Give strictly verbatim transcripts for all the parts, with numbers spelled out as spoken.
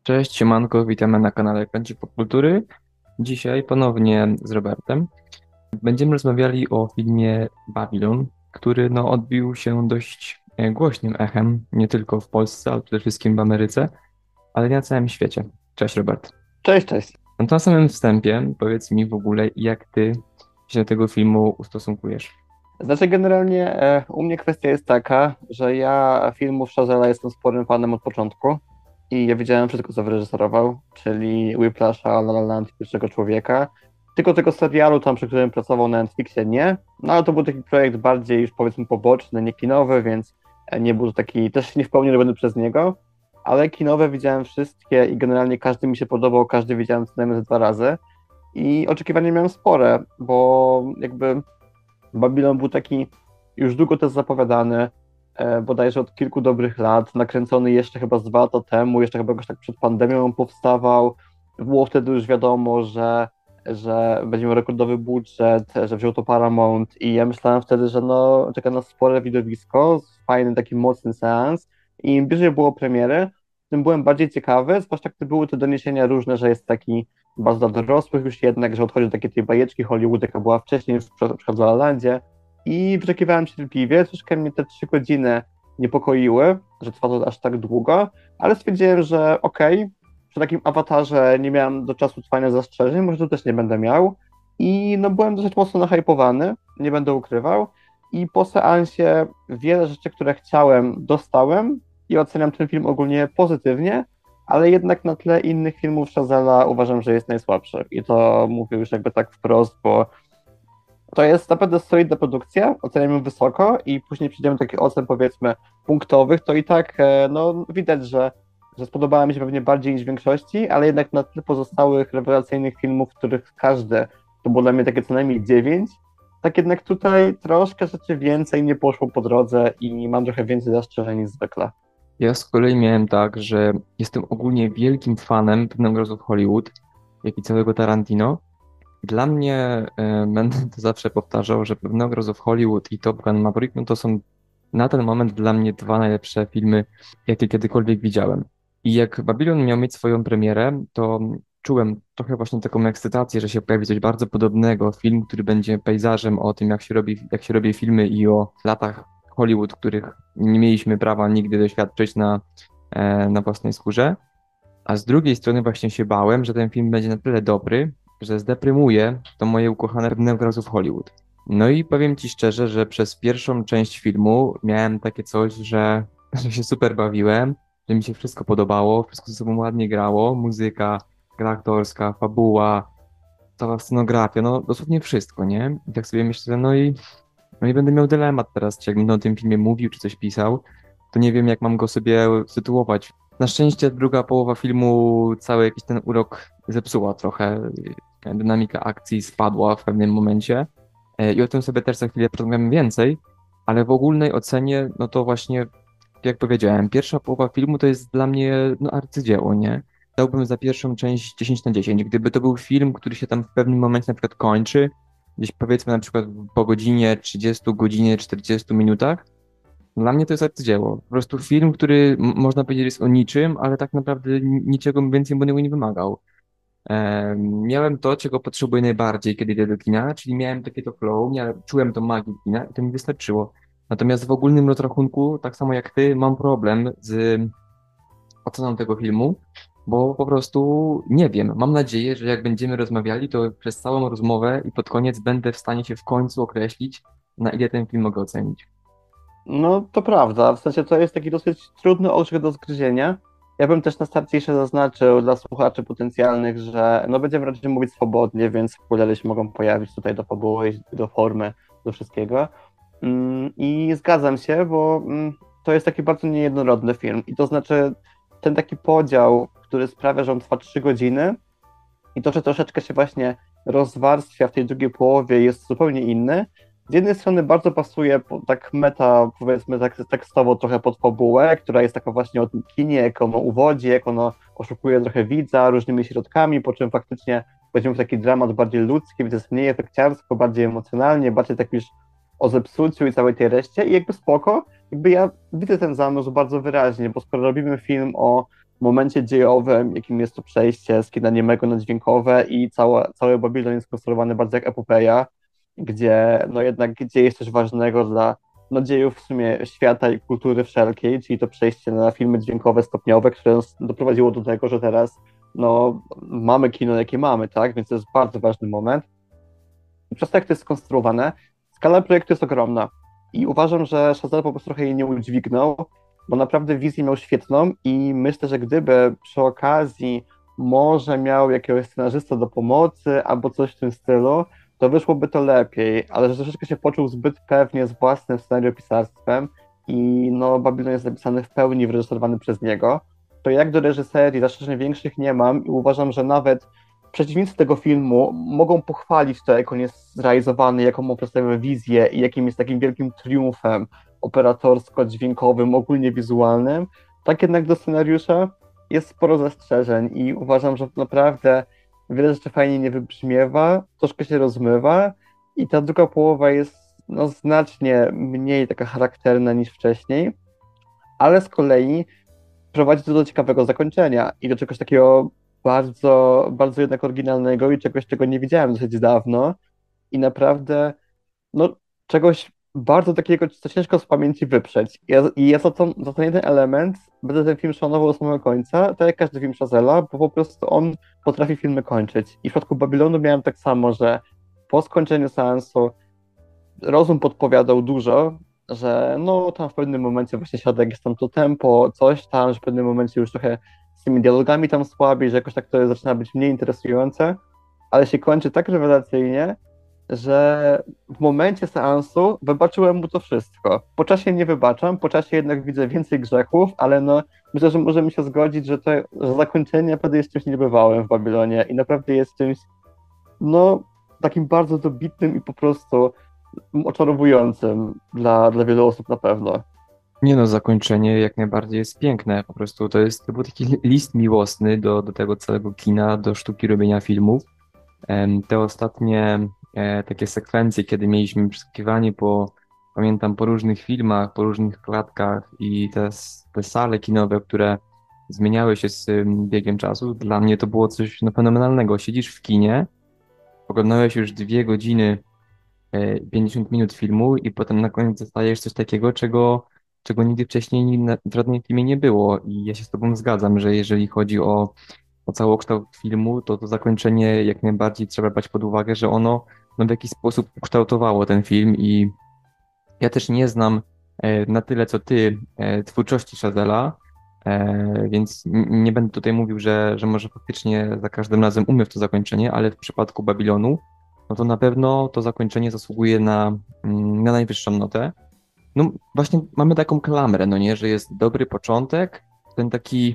Cześć, siemanko, witamy na kanale Kącik Popkultury. Dzisiaj ponownie z Robertem. Będziemy rozmawiali o filmie Babylon, który no, odbił się dość e, głośnym echem, nie tylko w Polsce, ale przede wszystkim w Ameryce, ale i na całym świecie. Cześć, Robert. Cześć, cześć. No to na samym wstępie powiedz mi w ogóle, jak ty się do tego filmu ustosunkujesz. Znaczy generalnie e, u mnie kwestia jest taka, że ja filmów Chazella jestem sporym fanem od początku i ja widziałem wszystko, co wyreżyserował, czyli Whiplasha, La La Land i Pierwszego Człowieka. Tylko tego serialu tam, przy którym pracował na Netflixie, nie. No ale to był taki projekt bardziej już powiedzmy poboczny, nie kinowy, więc e, nie był taki, też nie w pełni robiony przez niego, ale kinowe widziałem wszystkie i generalnie każdy mi się podobał, każdy widziałem co najmniej ze dwa razy i oczekiwania miałem spore, bo jakby Babylon był taki już długo też zapowiadany, e, bodajże od kilku dobrych lat, nakręcony jeszcze chyba z dwa lata temu, jeszcze chyba jakoś tak przed pandemią on powstawał. Było wtedy już wiadomo, że, że będzie miał rekordowy budżet, że wziął to Paramount i ja myślałem wtedy, że no, czeka nas spore widowisko, fajny taki mocny seans i im bliżej było premiery, tym byłem bardziej ciekawy, zwłaszcza gdy były te doniesienia różne, że jest taki bardzo dla dorosłych już jednak, że odchodzi do takiej tej bajeczki Hollywood, jaka była wcześniej, w na przykład w La La Landzie i wyczekiwałem cierpliwie, troszkę mnie te trzy godziny niepokoiły, że trwa to aż tak długo, ale stwierdziłem, że okej, okay, przy takim awatarze nie miałem do czasu trwania zastrzeżeń, może tu też nie będę miał i no byłem dosyć mocno nahypowany, nie będę ukrywał i po seansie wiele rzeczy, które chciałem, dostałem i oceniam ten film ogólnie pozytywnie, ale jednak na tle innych filmów Chazella uważam, że jest najsłabszy. I to mówię już jakby tak wprost, bo to jest naprawdę solidna produkcja, oceniam ją wysoko i później przyjdziemy do takich ocen powiedzmy punktowych, to i tak e, no widać, że, że spodobała mi się pewnie bardziej niż większości, ale jednak na tle pozostałych rewelacyjnych filmów, których każde to było dla mnie takie co najmniej dziewięć, tak jednak tutaj troszkę rzeczy więcej nie poszło po drodze i mam trochę więcej zastrzeżeń niż zwykle. Ja z kolei miałem tak, że jestem ogólnie wielkim fanem pewnego razu w Hollywood, jak i całego Tarantino. Dla mnie, e, będę to zawsze powtarzał, że pewnego razu w Hollywood i Top Gun Maverick, no to są na ten moment dla mnie dwa najlepsze filmy, jakie kiedykolwiek widziałem. I jak Babylon miał mieć swoją premierę, to czułem trochę właśnie taką ekscytację, że się pojawi coś bardzo podobnego, film, który będzie pejzażem o tym, jak się robi, jak się robi filmy i o latach Hollywood, których nie mieliśmy prawa nigdy doświadczyć na, e, na własnej skórze. A z drugiej strony właśnie się bałem, że ten film będzie na tyle dobry, że zdeprymuje to moje ukochane pewnego razu w Hollywood. No i powiem ci szczerze, że przez pierwszą część filmu miałem takie coś, że, że się super bawiłem, że mi się wszystko podobało, wszystko ze sobą ładnie grało, muzyka, gra aktorska, fabuła, cała scenografia, no dosłownie wszystko, nie? I tak sobie myślę, no i, no i będę miał dylemat teraz, czy jak będę o tym filmie mówił, czy coś pisał, to nie wiem, jak mam go sobie sytuować. Na szczęście druga połowa filmu cały jakiś ten urok zepsuła trochę. Dynamika akcji spadła w pewnym momencie. E, I o tym sobie też za chwilę porozmawiamy więcej, ale w ogólnej ocenie, no to właśnie, jak powiedziałem, pierwsza połowa filmu to jest dla mnie no, arcydzieło, nie? Dałbym za pierwszą część dziesięć na dziesięć. Gdyby to był film, który się tam w pewnym momencie na przykład kończy, gdzieś powiedzmy na przykład po godzinie trzydziestu, godzinie czterdziestu minutach, dla mnie to jest arcydzieło. Po prostu film, który m- można powiedzieć jest o niczym, ale tak naprawdę ni- niczego więcej od niego nie wymagał. E, miałem to, czego potrzebuję najbardziej, kiedy idę do kina, czyli miałem takie to flow, miałem, czułem to magię kina i to mi wystarczyło. Natomiast w ogólnym rozrachunku, tak samo jak ty, mam problem z oceną tego filmu, bo po prostu nie wiem. Mam nadzieję, że jak będziemy rozmawiali, to przez całą rozmowę i pod koniec będę w stanie się w końcu określić, na ile ten film mogę ocenić. No to prawda, w sensie to jest taki dosyć trudny orzech do zgryzienia. Ja bym też na starcie jeszcze zaznaczył dla słuchaczy potencjalnych, że no będziemy raczej mówić swobodnie, więc spoilery się mogą pojawić tutaj do fabuły, do formy, do wszystkiego. Mm, I zgadzam się, bo mm, to jest taki bardzo niejednorodny film. I to znaczy ten taki podział, który sprawia, że on trwa trzy godziny i to, że troszeczkę się właśnie rozwarstwia w tej drugiej połowie jest zupełnie inny. Z jednej strony bardzo pasuje po- tak meta, powiedzmy tak tekstowo trochę pod fabułę, która jest taka właśnie o tym kinie, jak ono uwodzi, jak ono oszukuje trochę widza różnymi środkami, po czym faktycznie weźmiemy w taki dramat bardziej ludzki, więc jest mniej efekciarstwo, bardziej emocjonalnie, bardziej tak już o zepsuciu i całej tej reszcie i jakby spoko, jakby ja widzę ten zamysł bardzo wyraźnie, bo skoro robimy film o momencie dziejowym, jakim jest to przejście z kina niemego na dźwiękowe i cała, cały Babilon jest konstruowany bardzo jak epopeja, gdzie no jednak dzieje się coś ważnego dla no, dziejów w sumie świata i kultury wszelkiej, czyli to przejście na filmy dźwiękowe stopniowe, które nas doprowadziło do tego, że teraz no, mamy kino, jakie mamy, tak? Więc to jest bardzo ważny moment. I przez to, jak to jest skonstruowane, skala projektu jest ogromna. I uważam, że Chazelle po prostu trochę jej nie udźwignął, bo naprawdę wizję miał świetną i myślę, że gdyby przy okazji może miał jakiegoś scenarzystę do pomocy albo coś w tym stylu, to wyszłoby to lepiej, ale że troszeczkę się poczuł zbyt pewnie z własnym scenariopisarstwem i no Babylon jest napisany w pełni, wyreżyserowany przez niego, to jak do reżyserii zastrzeżeń większych nie mam i uważam, że nawet przeciwnicy tego filmu mogą pochwalić to, jak on jest zrealizowany, jaką ma przedstawioną wizję i jakim jest takim wielkim triumfem operatorsko-dźwiękowym, ogólnie wizualnym, tak jednak do scenariusza jest sporo zastrzeżeń i uważam, że naprawdę wiele rzeczy fajnie nie wybrzmiewa, troszkę się rozmywa i ta druga połowa jest no, znacznie mniej taka charakterna niż wcześniej, ale z kolei prowadzi to do ciekawego zakończenia i do czegoś takiego bardzo, bardzo jednak oryginalnego i czegoś, czego nie widziałem dosyć dawno i naprawdę no, czegoś bardzo takiego, co ciężko z pamięci wyprzeć. Ja, I ja za, to, za ten jeden element będę ten film szanował do samego końca, tak jak każdy film Chazella, bo po prostu on potrafi filmy kończyć. I w przypadku Babylonu miałem tak samo, że po skończeniu seansu rozum podpowiadał dużo, że no tam w pewnym momencie właśnie siada jakieś tam to tempo, coś tam, że w pewnym momencie już trochę z tymi dialogami tam słabiej, że jakoś tak to zaczyna być mniej interesujące, ale się kończy tak rewelacyjnie, że w momencie seansu wybaczyłem mu to wszystko. Po czasie nie wybaczam, po czasie jednak widzę więcej grzechów, ale no myślę, że możemy się zgodzić, że to że zakończenie naprawdę jest czymś niebywałym w Babilonie i naprawdę jest czymś no takim bardzo dobitnym i po prostu oczarowującym dla, dla wielu osób na pewno. Nie no, zakończenie jak najbardziej jest piękne. Po prostu to jest, to był taki list miłosny do, do tego całego kina, do sztuki robienia filmów. Em, Te ostatnie e, takie sekwencje, kiedy mieliśmy przeskakiwanie po, pamiętam, po różnych filmach, po różnych klatkach i te, s- te sale kinowe, które zmieniały się z ym, biegiem czasu, dla mnie to było coś no, fenomenalnego. Siedzisz w kinie, oglądałeś już dwie godziny, e, pięćdziesiąt minut filmu i potem na koniec dostajesz coś takiego, czego, czego nigdy wcześniej ni- na- w żadnym filmie nie było. I ja się z tobą zgadzam, że jeżeli chodzi o o całokształt filmu, to to zakończenie jak najbardziej trzeba brać pod uwagę, że ono no, w jakiś sposób ukształtowało ten film i ja też nie znam e, na tyle co ty e, twórczości Chazella, e, więc n- nie będę tutaj mówił, że, że może faktycznie za każdym razem umie w to zakończenie, ale w przypadku Babilonu, no to na pewno to zakończenie zasługuje na, mm, na najwyższą notę. No właśnie mamy taką klamrę, no nie, że jest dobry początek, ten taki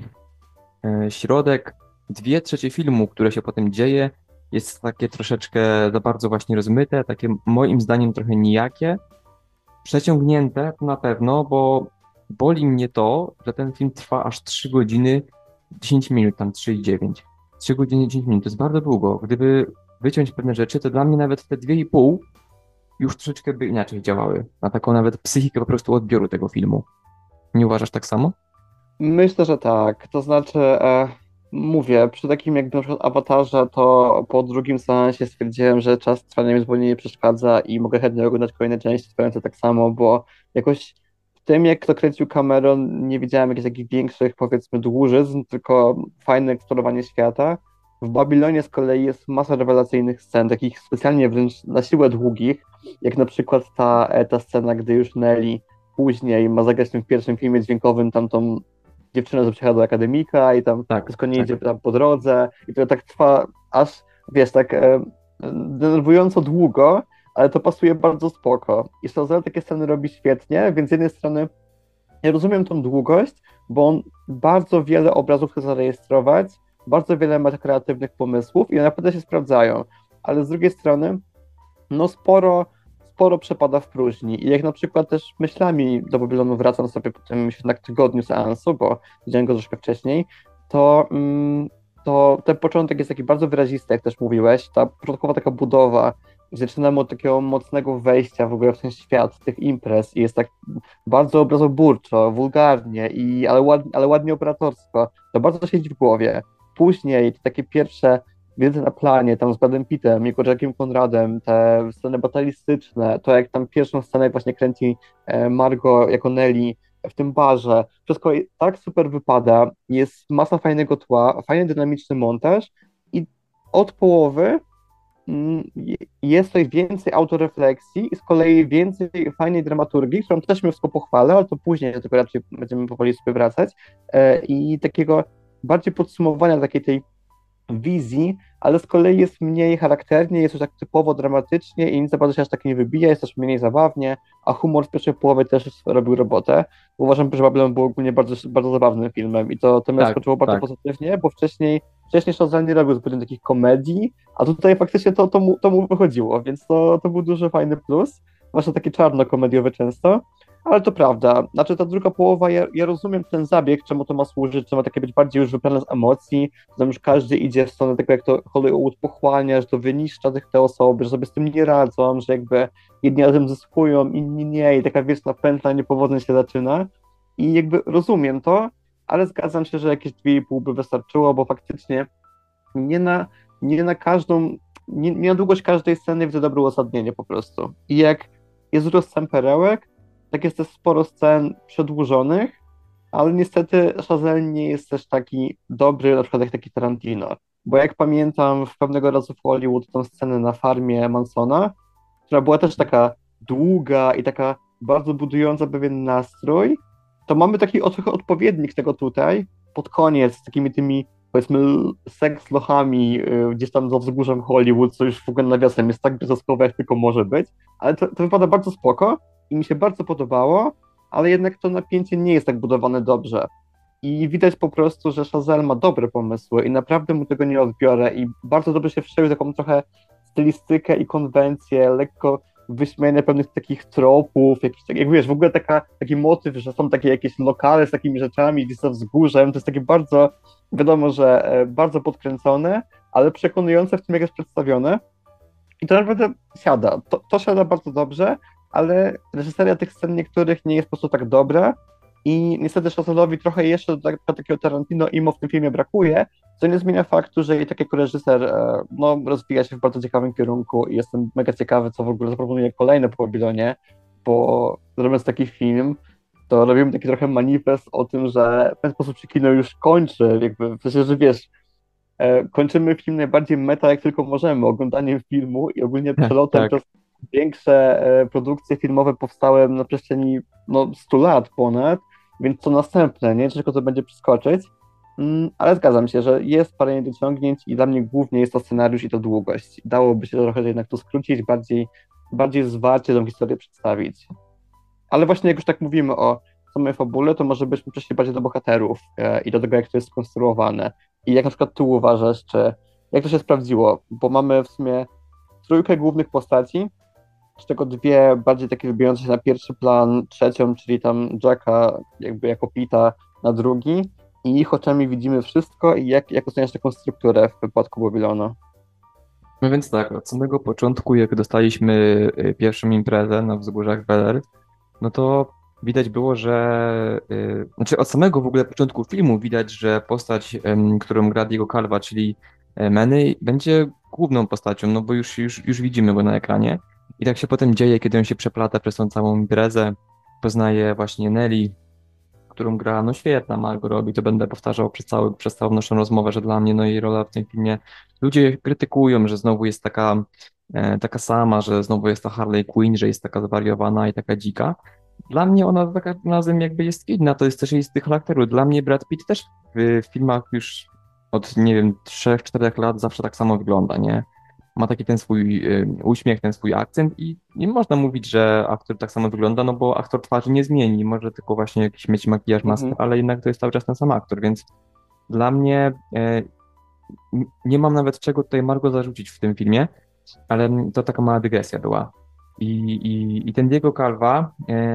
e, środek, dwie trzecie filmu, które się potem dzieje, jest takie troszeczkę za bardzo właśnie rozmyte, takie moim zdaniem trochę nijakie, przeciągnięte to na pewno, bo boli mnie to, że ten film trwa aż trzy godziny dziesięć minut, tam trzy i dziewięć. trzy godziny dziesięć minut, to jest bardzo długo. Gdyby wyciąć pewne rzeczy, to dla mnie nawet te dwie i pół już troszeczkę by inaczej działały, na taką nawet psychikę po prostu odbioru tego filmu. Nie uważasz tak samo? Myślę, że tak. To znaczy, e, mówię, przy takim jakby na przykład awatarze, to po drugim seansie stwierdziłem, że czas trwania mi zupełnie nie przeszkadza i mogę chętnie oglądać kolejne części trwające tak samo, bo jakoś w tym, jak to kręcił Cameron, nie widziałem jakichś takich większych, powiedzmy, dłużyzn, tylko fajne eksplorowanie świata. W Babilonie z kolei jest masa rewelacyjnych scen, takich specjalnie wręcz na siłę długich, jak na przykład ta, e, ta scena, gdy już Nelly później ma zagrać w tym pierwszym filmie dźwiękowym tamtą dziewczynę, co przyjechała do akademika i tam Tak, wszystko nie tak. idzie tam po drodze i to tak trwa aż, wiesz, tak e, denerwująco długo, ale to pasuje bardzo spoko. I Chazelle takie sceny robi świetnie, więc z jednej strony ja rozumiem tą długość, bo on bardzo wiele obrazów chce zarejestrować, bardzo wiele ma kreatywnych pomysłów i one naprawdę się sprawdzają, ale z drugiej strony no sporo, sporo przepada w próżni i jak na przykład też myślami do Babylonu wracam sobie po tym jednak tygodniu seansu, bo widziałem go troszkę wcześniej, to, mm, to ten początek jest taki bardzo wyrazisty, jak też mówiłeś, ta początkowa taka budowa zaczynamy od takiego mocnego wejścia w ogóle w ten świat tych imprez i jest tak bardzo obrazoburczo, wulgarnie, i, ale, ład, ale ładnie operatorsko. To bardzo siedzi w głowie. Później te takie pierwsze wiedzę na planie, tam z Bradem Pittem, jego Jackiem Conradem, te sceny batalistyczne, to jak tam pierwszą scenę właśnie kręci e, Margot jako Nelly w tym barze. Wszystko tak super wypada, jest masa fajnego tła, fajny dynamiczny montaż i od połowy mm, jest tutaj więcej autorefleksji i z kolei więcej fajnej dramaturgii, którą też mi wszystko pochwalę, ale to później, do tego raczej będziemy powoli sobie wracać, e, i takiego bardziej podsumowania takiej tej wizji, ale z kolei jest mniej charakternie, jest już tak typowo dramatycznie i nic za bardzo się aż tak nie wybija, jest też mniej zabawnie, a humor w pierwszej połowie też robił robotę. Uważam, że Babylon był ogólnie bardzo, bardzo zabawnym filmem i to, to mnie Tak, zaskoczyło bardzo tak. pozytywnie, bo wcześniej wcześniej Chazelle nie robił zbyt takich komedii, a tutaj faktycznie to, to, mu, to mu wychodziło, więc to, to był duży, fajny plus, zwłaszcza taki czarno-komediowy często. Ale to prawda. Znaczy ta druga połowa, ja, ja rozumiem ten zabieg, czemu to ma służyć, czemu ma takie być bardziej już wypełnione z emocji, że tam już każdy idzie w stronę tego, jak to Hollywood pochłania, że to wyniszcza tych te osoby, że sobie z tym nie radzą, że jakby jedni razem zyskują, inni nie i taka wieczna pętla niepowodzeń się zaczyna. I jakby rozumiem to, ale zgadzam się, że jakieś dwie i pół by wystarczyło, bo faktycznie nie na, nie na każdą, nie, nie na długość każdej sceny widzę dobre uzasadnienie po prostu. I jak jest dużo scen perełek, tak jest też sporo scen przedłużonych, ale niestety Chazelle nie jest też taki dobry, na przykład jak taki Tarantino. Bo jak pamiętam w pewnego razu w Hollywood tą scenę na farmie Mansona, która była też taka długa i taka bardzo budująca pewien nastrój, to mamy taki trochę odpowiednik tego tutaj, pod koniec, z takimi tymi, powiedzmy, seks lochami y, gdzieś tam za wzgórzem Hollywood, co już w ogóle nawiasem jest tak groteskowe, jak tylko może być, ale to, to wypada bardzo spoko i mi się bardzo podobało, ale jednak to napięcie nie jest tak budowane dobrze. I widać po prostu, że Chazelle ma dobre pomysły i naprawdę mu tego nie odbiorę i bardzo dobrze się wszczęły taką trochę stylistykę i konwencję, lekko wyśmienie pewnych takich tropów, jakiś, tak, jak wiesz, w ogóle taka, taki motyw, że są takie jakieś lokale z takimi rzeczami gdzieś za wzgórzem, to jest takie bardzo, wiadomo, że e, bardzo podkręcone, ale przekonujące w tym, jak jest przedstawione. I to naprawdę siada, to, to siada bardzo dobrze, ale reżyseria tych scen niektórych nie jest po prostu tak dobra i niestety Chazelle'owi trochę jeszcze do tak, takiego Tarantino imo w tym filmie brakuje, co nie zmienia faktu, że i tak jako reżyser e, no, rozwija się w bardzo ciekawym kierunku i jestem mega ciekawy, co w ogóle zaproponuje kolejne po Babilonie, bo robiąc taki film, to robimy taki trochę manifest o tym, że w ten sposób się kino już kończy, jakby w sensie, że wiesz, e, kończymy film najbardziej meta, jak tylko możemy, oglądaniem filmu i ogólnie przelotem Tak. przez większe e, produkcje filmowe powstałe na przestrzeni no, stu lat ponad, więc co następne, nie? Ciężko to będzie przeskoczyć, mm, ale zgadzam się, że jest parę niedociągnięć i dla mnie głównie jest to scenariusz i to długość. Dałoby się trochę jednak to skrócić, bardziej, bardziej zwarcie tą historię przedstawić. Ale właśnie jak już tak mówimy o samej fabule, to może byśmy przeszli bardziej do bohaterów e, i do tego, jak to jest skonstruowane. I jak na przykład ty uważasz, czy jak to się sprawdziło? Bo mamy w sumie trójkę głównych postaci, z czego dwie bardziej takie wybijające się na pierwszy plan, trzecią, czyli tam Jacka jakby jako Pita na drugi i ich oczami widzimy wszystko i jak, jak oceniasz taką strukturę w wypadku Babylonu? No więc tak, od samego początku, jak dostaliśmy y, pierwszą imprezę na wzgórzach Weller, no to widać było, że, y, znaczy od samego w ogóle początku filmu widać, że postać, ym, którą gra Diego Calva, czyli y, Manny, będzie główną postacią, no bo już, już, już widzimy go na ekranie. I tak się potem dzieje, kiedy on się przeplata przez tą całą imprezę, poznaje właśnie Nelly, którą gra, no świetna Margot Robbie, to będę powtarzał przez, cały, przez całą naszą rozmowę, że dla mnie no jej rola w tym filmie, ludzie krytykują, że znowu jest taka, e, taka sama, że znowu jest ta Harley Quinn, że jest taka zwariowana i taka dzika. Dla mnie ona za każdym razem jakby jest inna, to jest też jej styl charakteru. Dla mnie Brad Pitt też w, w filmach już od, nie wiem, trzech czterech lat zawsze tak samo wygląda, nie? Ma taki ten swój y, uśmiech, ten swój akcent i nie można mówić, że aktor tak samo wygląda, no bo aktor twarzy nie zmieni, może tylko właśnie jakiś mieć makijaż, maskę, Mhm. ale jednak to jest cały czas ten sam aktor, więc dla mnie e, n- nie mam nawet czego tutaj Margot zarzucić w tym filmie, ale to taka mała dygresja była. I, i, i ten Diego Calva,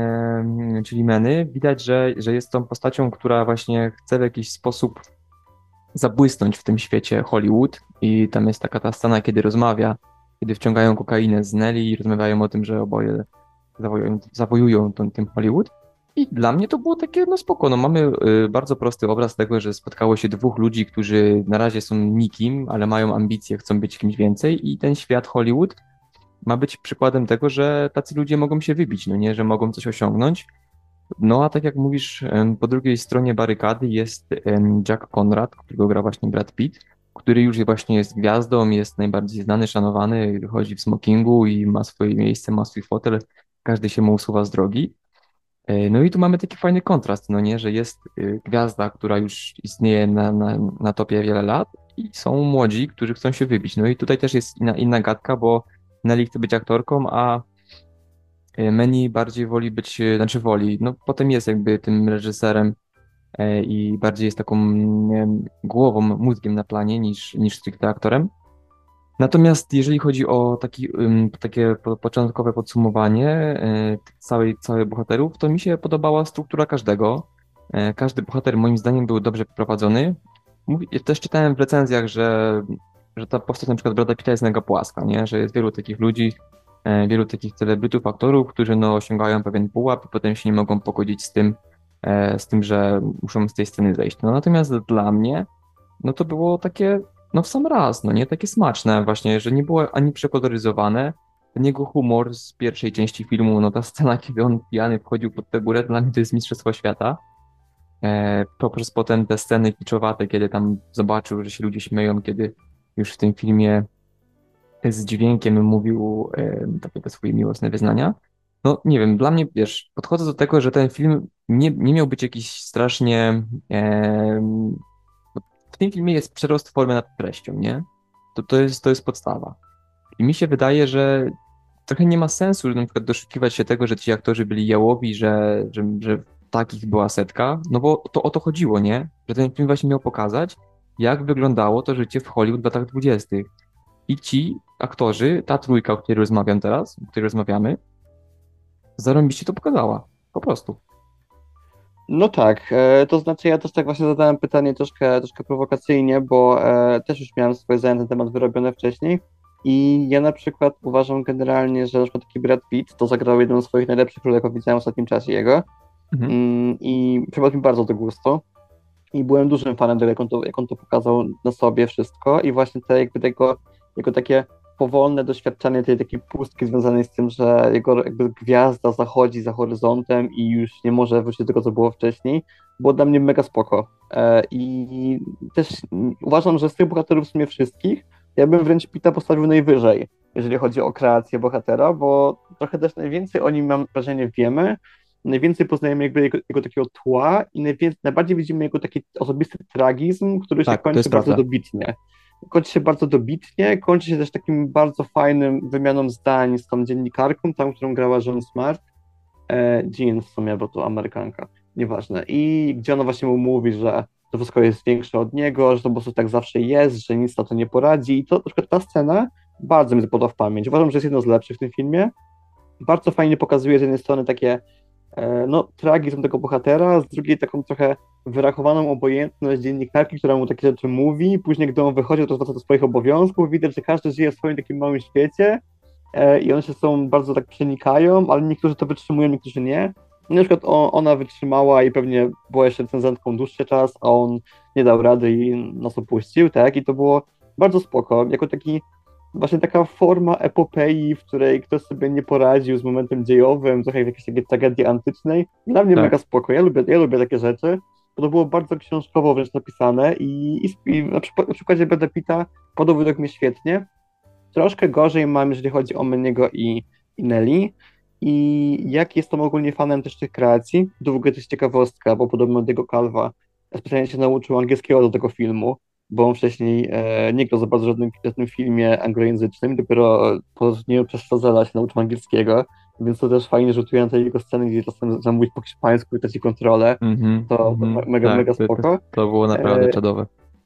e, czyli Manny, widać, że, że jest tą postacią, która właśnie chce w jakiś sposób zabłysnąć w tym świecie Hollywood i tam jest taka ta scena, kiedy rozmawia kiedy wciągają kokainę z Nelly i rozmawiają o tym, że oboje zawojują, zawojują ten, tym Hollywood. I dla mnie to było takie, no spoko, no mamy y, bardzo prosty obraz tego, że spotkało się dwóch ludzi, którzy na razie są nikim, ale mają ambicje, chcą być kimś więcej i ten świat Hollywood ma być przykładem tego, że tacy ludzie mogą się wybić, no nie, że mogą coś osiągnąć. No a tak jak mówisz, em, po drugiej stronie barykady jest em, Jack Conrad, którego gra właśnie Brad Pitt, który już właśnie jest gwiazdą, jest najbardziej znany, szanowany, chodzi w smokingu i ma swoje miejsce, ma swój fotel, każdy się mu usuwa z drogi. E, No i tu mamy taki fajny kontrast, no nie, że jest y, gwiazda, która już istnieje na, na, na topie wiele lat i są młodzi, którzy chcą się wybić. No i tutaj też jest inna, inna gadka, bo Nelly chce być aktorką, a y, Manny bardziej woli być, y, znaczy woli, no potem jest jakby tym reżyserem e, i bardziej jest taką nie wiem, głową, mózgiem na planie niż, niż stricte aktorem. Natomiast jeżeli chodzi o taki, ym, takie po, początkowe podsumowanie y, całej, całej bohaterów, to mi się podobała struktura każdego. E, Każdy bohater moim zdaniem był dobrze poprowadzony. Mówi, ja też czytałem w recenzjach, że, że ta postać na przykład Brada Pitta jest mega płaska, nie? Że jest wielu takich ludzi, e, wielu takich celebrytów, aktorów, którzy no, osiągają pewien pułap i potem się nie mogą pogodzić z tym, e, z tym, że muszą z tej sceny zejść. No, natomiast dla mnie no to było takie, no w sam raz, no nie, takie smaczne właśnie, że nie było ani przekoloryzowane. Ten jego humor z pierwszej części filmu, no ta scena, kiedy on pijany wchodził pod tę górę, dla mnie to jest mistrzostwo świata. E, poprzez potem te sceny kiczowate, kiedy tam zobaczył, że się ludzie śmieją, kiedy już w tym filmie z dźwiękiem mówił e, takie te swoje miłosne wyznania. No nie wiem, dla mnie, wiesz, podchodzę do tego, że ten film nie, nie miał być jakiś strasznie e, w tym filmie jest przerost formy nad treścią, nie? To, to jest, to jest podstawa. I mi się wydaje, że trochę nie ma sensu, że na przykład doszukiwać się tego, że ci aktorzy byli jałowi, że, że, że takich była setka, no bo to o to chodziło, nie? Że ten film właśnie miał pokazać, jak wyglądało to życie w Hollywood w latach dwudziestych. I ci aktorzy, ta trójka, o której rozmawiam teraz, o której rozmawiamy, zarąbiście to pokazała. Po prostu. No tak, e, to znaczy ja też tak właśnie zadałem pytanie troszkę, troszkę prowokacyjnie, bo e, też już miałem swoje zdanie na ten temat wyrobione wcześniej i ja na przykład uważam generalnie, że na przykład taki Brad Pitt to zagrał jedną z swoich najlepszych ról, jaką widziałem w ostatnim czasie jego Mhm. mm, i przypadł mi bardzo do gustu i byłem dużym fanem tego, jak on to, jak on to pokazał na sobie wszystko i właśnie te jakby tego, jego takie powolne doświadczenie tej takiej pustki związanej z tym, że jego jakby gwiazda zachodzi za horyzontem i już nie może wrócić do tego, co było wcześniej, było dla mnie mega spoko. E, I też uważam, że z tych bohaterów w sumie wszystkich, ja bym wręcz Pita postawił najwyżej, jeżeli chodzi o kreację bohatera, bo trochę też najwięcej o nim, mam wrażenie, wiemy, najwięcej poznajemy jakby jego, jego takiego tła i najwięcej, najbardziej widzimy jego taki osobisty tragizm, który się Tak, to kończy jest bardzo prawda. dobitnie. Kończy się bardzo dobitnie, kończy się też takim bardzo fajnym wymianą zdań z tą dziennikarką, tam, którą grała Jean Smart, e, Jean w sumie, bo to Amerykanka, nieważne. I gdzie ona właśnie mu mówi, że to wszystko jest większe od niego, że to po prostu tak zawsze jest, że nic na to nie poradzi. I to na przykład ta scena bardzo mi zapadła w pamięć. Uważam, że jest jedno z lepszych w tym filmie. Bardzo fajnie pokazuje z jednej strony takie e, no, tragizm tego bohatera, z drugiej taką trochę wyrachowaną obojętność dziennikarki, która mu takie rzeczy mówi, później gdy on wychodzi, to zwraca do swoich obowiązków, widać, że każdy żyje w swoim takim małym świecie e, i one się są bardzo tak przenikają, ale niektórzy to wytrzymują, niektórzy nie. Na przykład o, ona wytrzymała i pewnie była jeszcze recenzentką dłuższy czas, a on nie dał rady i nas opuścił, tak? I to było bardzo spoko, jako taki właśnie taka forma epopei, w której ktoś sobie nie poradził z momentem dziejowym, trochę jak jakiejś takiej tragedii antycznej. Dla mnie Tak. mega spoko, ja lubię, ja lubię takie rzeczy, bo to było bardzo książkowo wręcz napisane i, i, i na, przykład, na przykładzie Brada Pitta podał według mnie świetnie. Troszkę gorzej mam, jeżeli chodzi o Meniego i, i Nelly. I jak jestem ogólnie fanem też tych kreacji, to w ogóle to jest ciekawostka, bo podobno Diego Calva specjalnie się nauczył angielskiego do tego filmu, bo on wcześniej e, nie grał za bardzo w żadnym, żadnym filmie anglojęzycznym, dopiero po nie przez Chazella się nauczył angielskiego, więc to też fajnie rzutuje na te jego sceny, gdzie czasem zamówić po hiszpańsku i traci kontrolę, Mhm, to, to me- mhm. mega, Tak, mega to, to, spoko. to było naprawdę E, czadowe.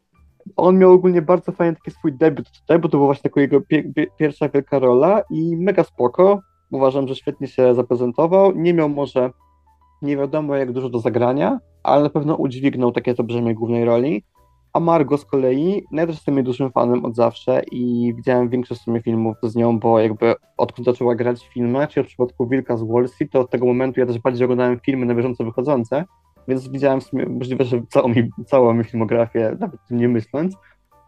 on miał ogólnie bardzo fajny taki swój debiut tutaj, bo to była właśnie taka jego pie- pie- pierwsza wielka rola i mega spoko. Uważam, że świetnie się zaprezentował. Nie miał może nie wiadomo jak dużo do zagrania, ale na pewno udźwignął takie to brzemię głównej roli. A Margot z kolei, no ja też jestem jej dużym fanem od zawsze i widziałem większość w sumie filmów z nią, bo jakby odkąd zaczęła grać w filmach, czy w przypadku Wilka z Wall Street, to od tego momentu ja też bardziej oglądałem filmy na bieżąco wychodzące, więc widziałem w sumie możliwe, że całą mi, całą mi filmografię, nawet o tym nie myśląc.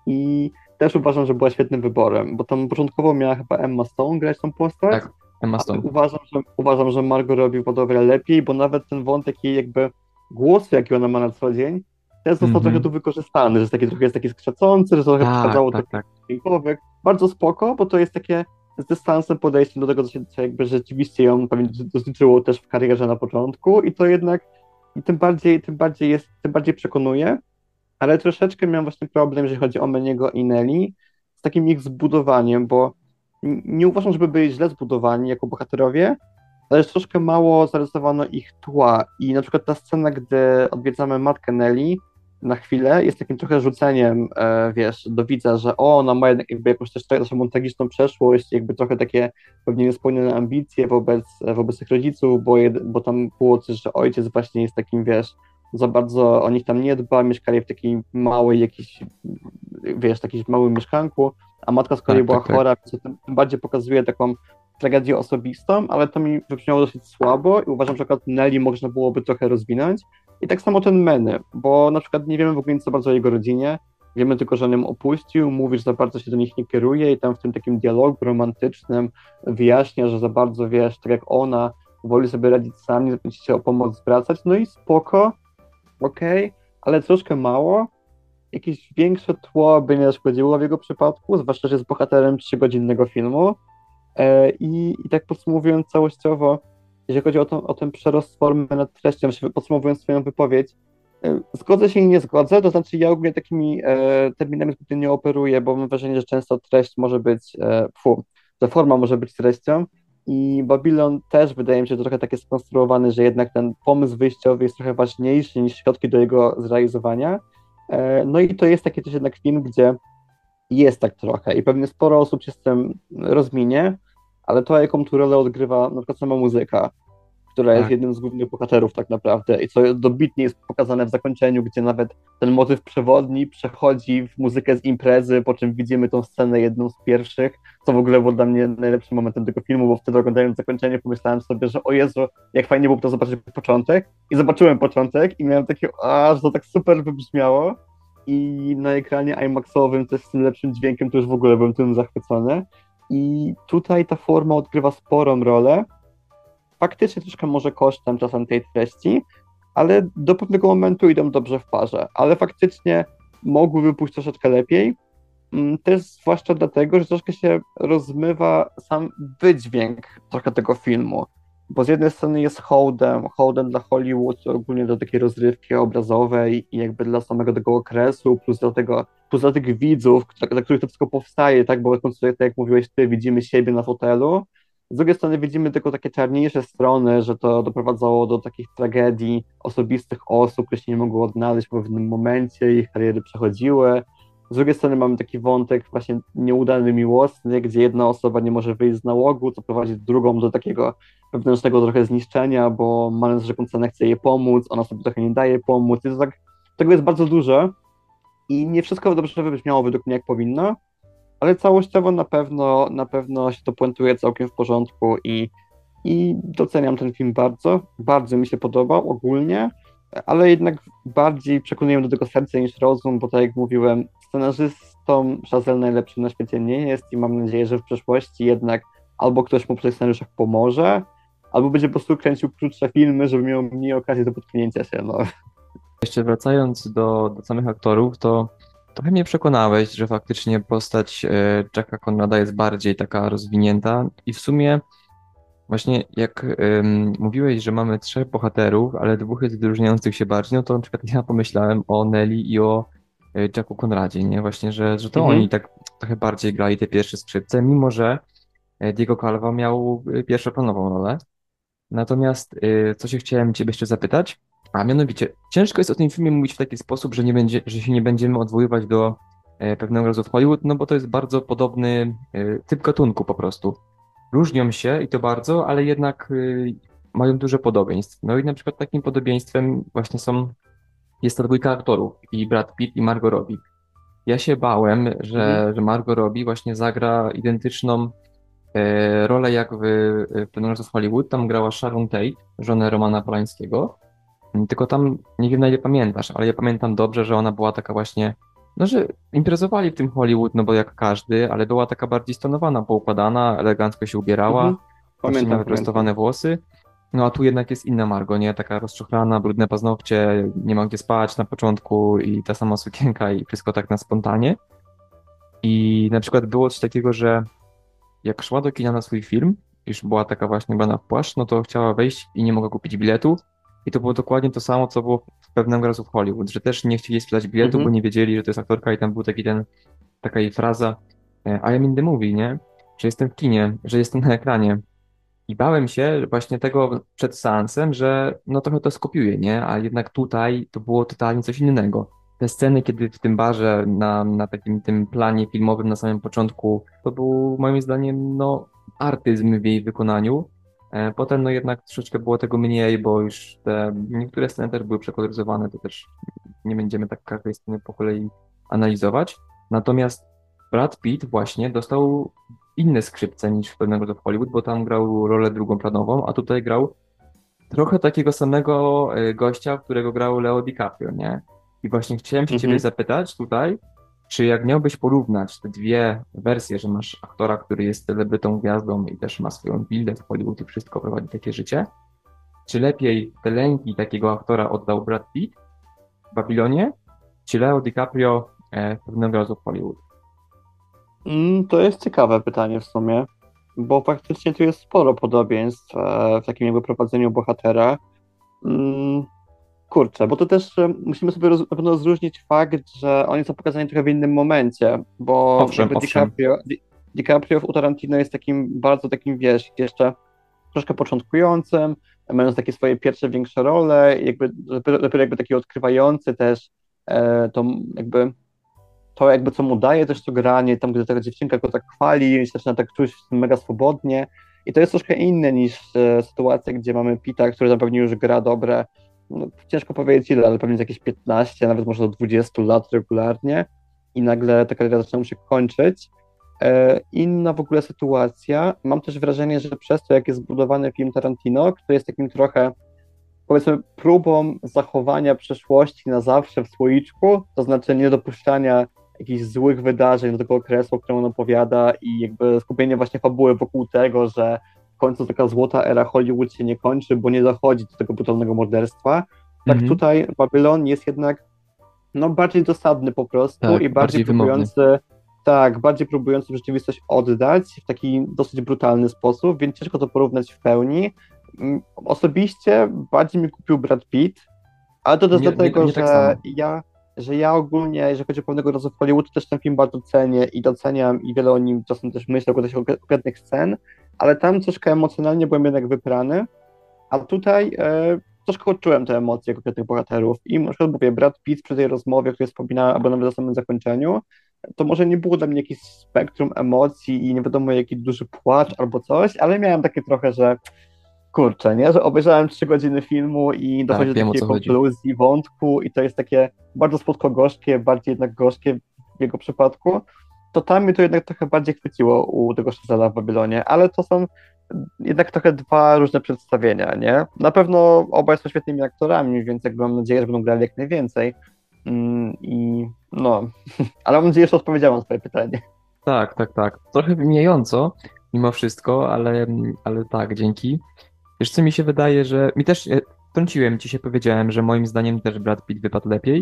I też uważam, że była świetnym wyborem, bo tam początkowo miała chyba Emma Stone grać tą postać, Tak, Emma ale Stone. uważam, że, uważam, że Margot robił o wiele lepiej, bo nawet ten wątek jej jakby głosu, jaki ona ma na co dzień, też został trochę Mhm. tu wykorzystany, że jest taki, trochę jest taki skrzaczący, że trochę Tak, przeszkadzało tak, tych tak. dźwiękowych. Bardzo spoko, bo to jest takie z dystansem podejście do tego, co, się, co jakby rzeczywiście ją pewnie dotyczyło też w karierze na początku i to jednak i tym bardziej, tym bardziej jest, tym bardziej przekonuje, ale troszeczkę miałem właśnie problem, jeżeli chodzi o Meniego i Nelly, z takim ich zbudowaniem, bo n- nie uważam, żeby byli źle zbudowani jako bohaterowie, ale jest troszkę mało zarysowano ich tła i na przykład ta scena, gdy odwiedzamy matkę Nelly na chwilę, jest takim trochę rzuceniem, e, wiesz, do widza, że o, ona ma jednak jakby jakąś też taką tragiczną przeszłość, jakby trochę takie pewnie niespełnione ambicje wobec, wobec tych rodziców, bo, jed, bo tam było coś, że ojciec właśnie jest takim, wiesz, za bardzo o nich tam nie dba, mieszkali w takiej małej jakiejś, wiesz, takiej małym mieszkanku, a matka z kolei Tak, była tak, tak. chora, więc to tym tym bardziej pokazuje taką tragedię osobistą, ale to mi wybrzmiało dosyć słabo i uważam, że akurat Nelly można byłoby trochę rozwinąć. I tak samo ten Meny, bo na przykład nie wiemy w ogóle nic za bardzo o jego rodzinie, wiemy tylko, że on ją opuścił, mówi, że za bardzo się do nich nie kieruje i tam w tym takim dialogu romantycznym wyjaśnia, że za bardzo, wiesz, tak jak ona, woli sobie radzić sam, nie będzie się o pomoc zwracać, no i spoko, okej, ale troszkę mało. Jakieś większe tło by nie zaszkodziło w jego przypadku, zwłaszcza, że jest bohaterem trzygodzinnego filmu. E, I, I tak podsumowując całościowo, jeżeli chodzi o, tą, o ten przerost formy nad treścią, czy podsumowując swoją wypowiedź, e, zgodzę się i nie zgodzę, to znaczy ja ogólnie takimi e, terminami zbytnio nie operuję, bo mam wrażenie, że często treść może być, e, fu, że forma może być treścią i Babylon też wydaje mi się, że trochę tak jest skonstruowany, że jednak ten pomysł wyjściowy jest trochę ważniejszy niż środki do jego zrealizowania. E, no i to jest taki też jednak film, gdzie jest tak trochę i pewnie sporo osób się z tym rozminie, ale to, jaką tu rolę odgrywa na przykład sama muzyka, która jest Tak. jednym z głównych bohaterów tak naprawdę i co dobitnie jest pokazane w zakończeniu, gdzie nawet ten motyw przewodni przechodzi w muzykę z imprezy, po czym widzimy tą scenę jedną z pierwszych, co w ogóle było dla mnie najlepszym momentem tego filmu, bo wtedy oglądając zakończenie pomyślałem sobie, że o Jezu, jak fajnie było to zobaczyć początek i zobaczyłem początek i miałem takie, a, że to tak super wybrzmiało i na ekranie IMAXowym też z tym lepszym dźwiękiem to już w ogóle byłem tym zachwycony i tutaj ta forma odgrywa sporą rolę, faktycznie troszkę może kosztem czasem tej treści, ale do pewnego momentu idą dobrze w parze, ale faktycznie mogłyby pójść troszeczkę lepiej, mm, też zwłaszcza dlatego, że troszkę się rozmywa sam wydźwięk trochę tego filmu, bo z jednej strony jest hołdem, hołdem dla Hollywood, ogólnie do takiej rozrywki obrazowej i jakby dla samego tego okresu, plus do tego, plus dla tych widzów, dla, dla których to wszystko powstaje, tak, bo w końcu, tak jak mówiłeś ty, widzimy siebie na fotelu. Z drugiej strony widzimy tylko takie czarniejsze strony, że to doprowadzało do takich tragedii osobistych osób, które się nie mogły odnaleźć w pewnym momencie, ich kariery przechodziły. Z drugiej strony mamy taki wątek właśnie nieudany miłosny, gdzie jedna osoba nie może wyjść z nałogu, co prowadzi drugą do takiego wewnętrznego trochę zniszczenia, bo mając rzeką cenę chce jej pomóc, ona sobie trochę nie daje pomóc. I to tak, tego jest bardzo dużo i nie wszystko dobrze wybrzmiało według mnie jak powinno, ale całościowo na pewno, na pewno się to puentuje całkiem w porządku i, i doceniam ten film bardzo, bardzo mi się podobał ogólnie, ale jednak bardziej przekonuję do tego serce niż rozum, bo tak jak mówiłem, scenarzystą Chazelle najlepszym na świecie nie jest i mam nadzieję, że w przyszłości jednak albo ktoś mu przy scenariuszach pomoże, albo będzie po prostu kręcił krótsze filmy, żeby miał mniej okazji do potknięcia się, no. Jeszcze wracając do, do samych aktorów, to trochę mnie przekonałeś, że faktycznie postać e, Jacka Conrada jest bardziej taka rozwinięta i w sumie właśnie jak em, mówiłeś, że mamy trzech bohaterów, ale dwóch jest wyróżniających się bardziej, no to na przykład ja pomyślałem o Nelly i o e, Jacku Conradzie, nie? Właśnie, że, że to Mhm. oni tak trochę bardziej grali te pierwsze skrzypce, mimo że e, Diego Calva miał e, pierwszoplanową rolę. Natomiast y, co się chciałem Ciebie jeszcze zapytać, a mianowicie ciężko jest o tym filmie mówić w taki sposób, że nie będzie, że się nie będziemy odwoływać do e, pewnego razu w Hollywood, no bo to jest bardzo podobny e, typ gatunku po prostu. Różnią się i to bardzo, ale jednak y, mają dużo podobieństw. No i na przykład takim podobieństwem właśnie są jest ta dwójka aktorów i Brad Pitt i Margot Robbie. Ja się bałem, Mhm. że, że Margot Robbie właśnie zagra identyczną e, rolę jak w, w Pewnego Razu w Hollywood. Tam grała Sharon Tate, żonę Romana Polańskiego. Tylko tam, nie wiem na ile pamiętasz, ale ja pamiętam dobrze, że ona była taka właśnie, no że imprezowali w tym Hollywood, no bo jak każdy, ale była taka bardziej stonowana, poukładana, elegancko się ubierała, Mhm. właśnie miała Pamiętam, pamiętam. wyprostowane włosy. No a tu jednak jest inna Margo, nie? Taka rozczochrana, brudne paznokcie, nie ma gdzie spać na początku i ta sama sukienka i wszystko tak na spontanie. I na przykład było coś takiego, że jak szła do kina na swój film, już była taka właśnie ubrana w płaszcz, no to chciała wejść i nie mogła kupić biletu. I to było dokładnie to samo, co było w Pewnego Razu w Hollywood, że też nie chcieli sprzedać biletu, bo Mhm. nie wiedzieli, że to jest aktorka i tam był taki ten, taka jej fraza e, I am in the movie, nie? Że jestem w kinie, że jestem na ekranie. I bałem się właśnie tego przed seansem, że no trochę to skopiuję, nie? A jednak tutaj to było totalnie coś innego. Te sceny, kiedy w tym barze, na, na takim tym planie filmowym na samym początku, to był moim zdaniem, no, artyzm w jej wykonaniu. E, Potem, no jednak troszeczkę było tego mniej, bo już te niektóre sceny też były przekoloryzowane, to też nie będziemy tak każdej sceny po kolei analizować. Natomiast Brad Pitt właśnie dostał inne skrzypce niż w Pewnego Razu w Hollywood, bo tam grał rolę drugoplanową, a tutaj grał trochę takiego samego e, gościa, którego grał Leo DiCaprio, nie? I właśnie chciałem się ciebie Mhm. zapytać tutaj, czy jak miałbyś porównać te dwie wersje, że masz aktora, który jest celebrytą, gwiazdą i też ma swoją wildę w Hollywood i wszystko prowadzi takie życie, czy lepiej te lęki takiego aktora oddał Brad Pitt w Babilonie, czy Leo DiCaprio e, w Pewnego Razu w Hollywood? Mm, To jest ciekawe pytanie w sumie, bo faktycznie tu jest sporo podobieństw e, w takim jakby prowadzeniu bohatera. Mm, Kurczę, bo to też e, musimy sobie roz, na pewno rozróżnić fakt, że oni są pokazani trochę w innym momencie, bo Owszem, jakby owszem. DiCaprio, Di, DiCaprio u Tarantino jest takim bardzo takim, wiesz, jeszcze troszkę początkującym, mając takie swoje pierwsze większe role, jakby dopiero, dopiero jakby taki odkrywający też e, to jakby to jakby co mu daje też to granie, tam gdy ta dziewczynka go tak chwali, się zaczyna tak czuć mega swobodnie i to jest troszkę inne niż e, sytuacja, gdzie mamy Pita, który tam pewnie już gra dobre, no, ciężko powiedzieć ile, ale pewnie z jakieś piętnaście, nawet może do dwudziestu lat regularnie i nagle ta kariera zaczyna mu się kończyć. E, inna w ogóle sytuacja, mam też wrażenie, że przez to, jak jest zbudowany film Tarantino, który jest takim trochę powiedzmy próbą zachowania przeszłości na zawsze w słoiczku, to znaczy niedopuszczania jakichś złych wydarzeń do tego okresu, o którym on opowiada i jakby skupienie właśnie fabuły wokół tego, że w końcu taka złota era Hollywood się nie kończy, bo nie dochodzi do tego brutalnego morderstwa. Tak Mhm. tutaj Babylon jest jednak no bardziej dosadny po prostu i Tak, bardziej bardziej wymowny. próbujący, tak, bardziej próbujący rzeczywistość oddać w taki dosyć brutalny sposób, więc ciężko to porównać w pełni. Mm, Osobiście bardziej mi kupił Brad Pitt, ale to też Nie, nie, dlatego, nie tak że samo. ja, że ja ogólnie, jeżeli chodzi o Pewnego Razu w Hollywood, to też ten film bardzo cenię i doceniam i wiele o nim czasem też myślę, ogląda się konkretnych scen, ale tam troszkę emocjonalnie byłem jednak wybrany, a tutaj e, troszkę odczułem te emocje konkretnych bohaterów. I na przykład mówię, Brad Pitt przy tej rozmowie, o której wspominałem, albo nawet na samym zakończeniu, to może nie było dla mnie jakieś spektrum emocji i nie wiadomo jaki duży płacz albo coś, ale miałem takie trochę, że kurczę, nie? Że obejrzałem trzy godziny filmu i dochodzi Tak, do wiem o takiej co chodzi. konkluzji, wątku i to jest takie bardzo słodko-gorzkie, bardziej jednak gorzkie w jego przypadku, to tam mnie to jednak trochę bardziej chwyciło u tego Szazela w Babilonie, ale to są jednak trochę dwa różne przedstawienia, nie? Na pewno obaj są świetnymi aktorami, więc jakby mam nadzieję, że będą grali jak najwięcej. Mm, I no, ale mam nadzieję, że odpowiedziałem na swoje pytanie. Tak, tak, tak. Trochę wymijająco, mimo wszystko, ale, ale tak, dzięki. Wiesz co, mi się wydaje, że mi też, e, wtrąciłem ci się, powiedziałem, że moim zdaniem też Brad Pitt wypadł lepiej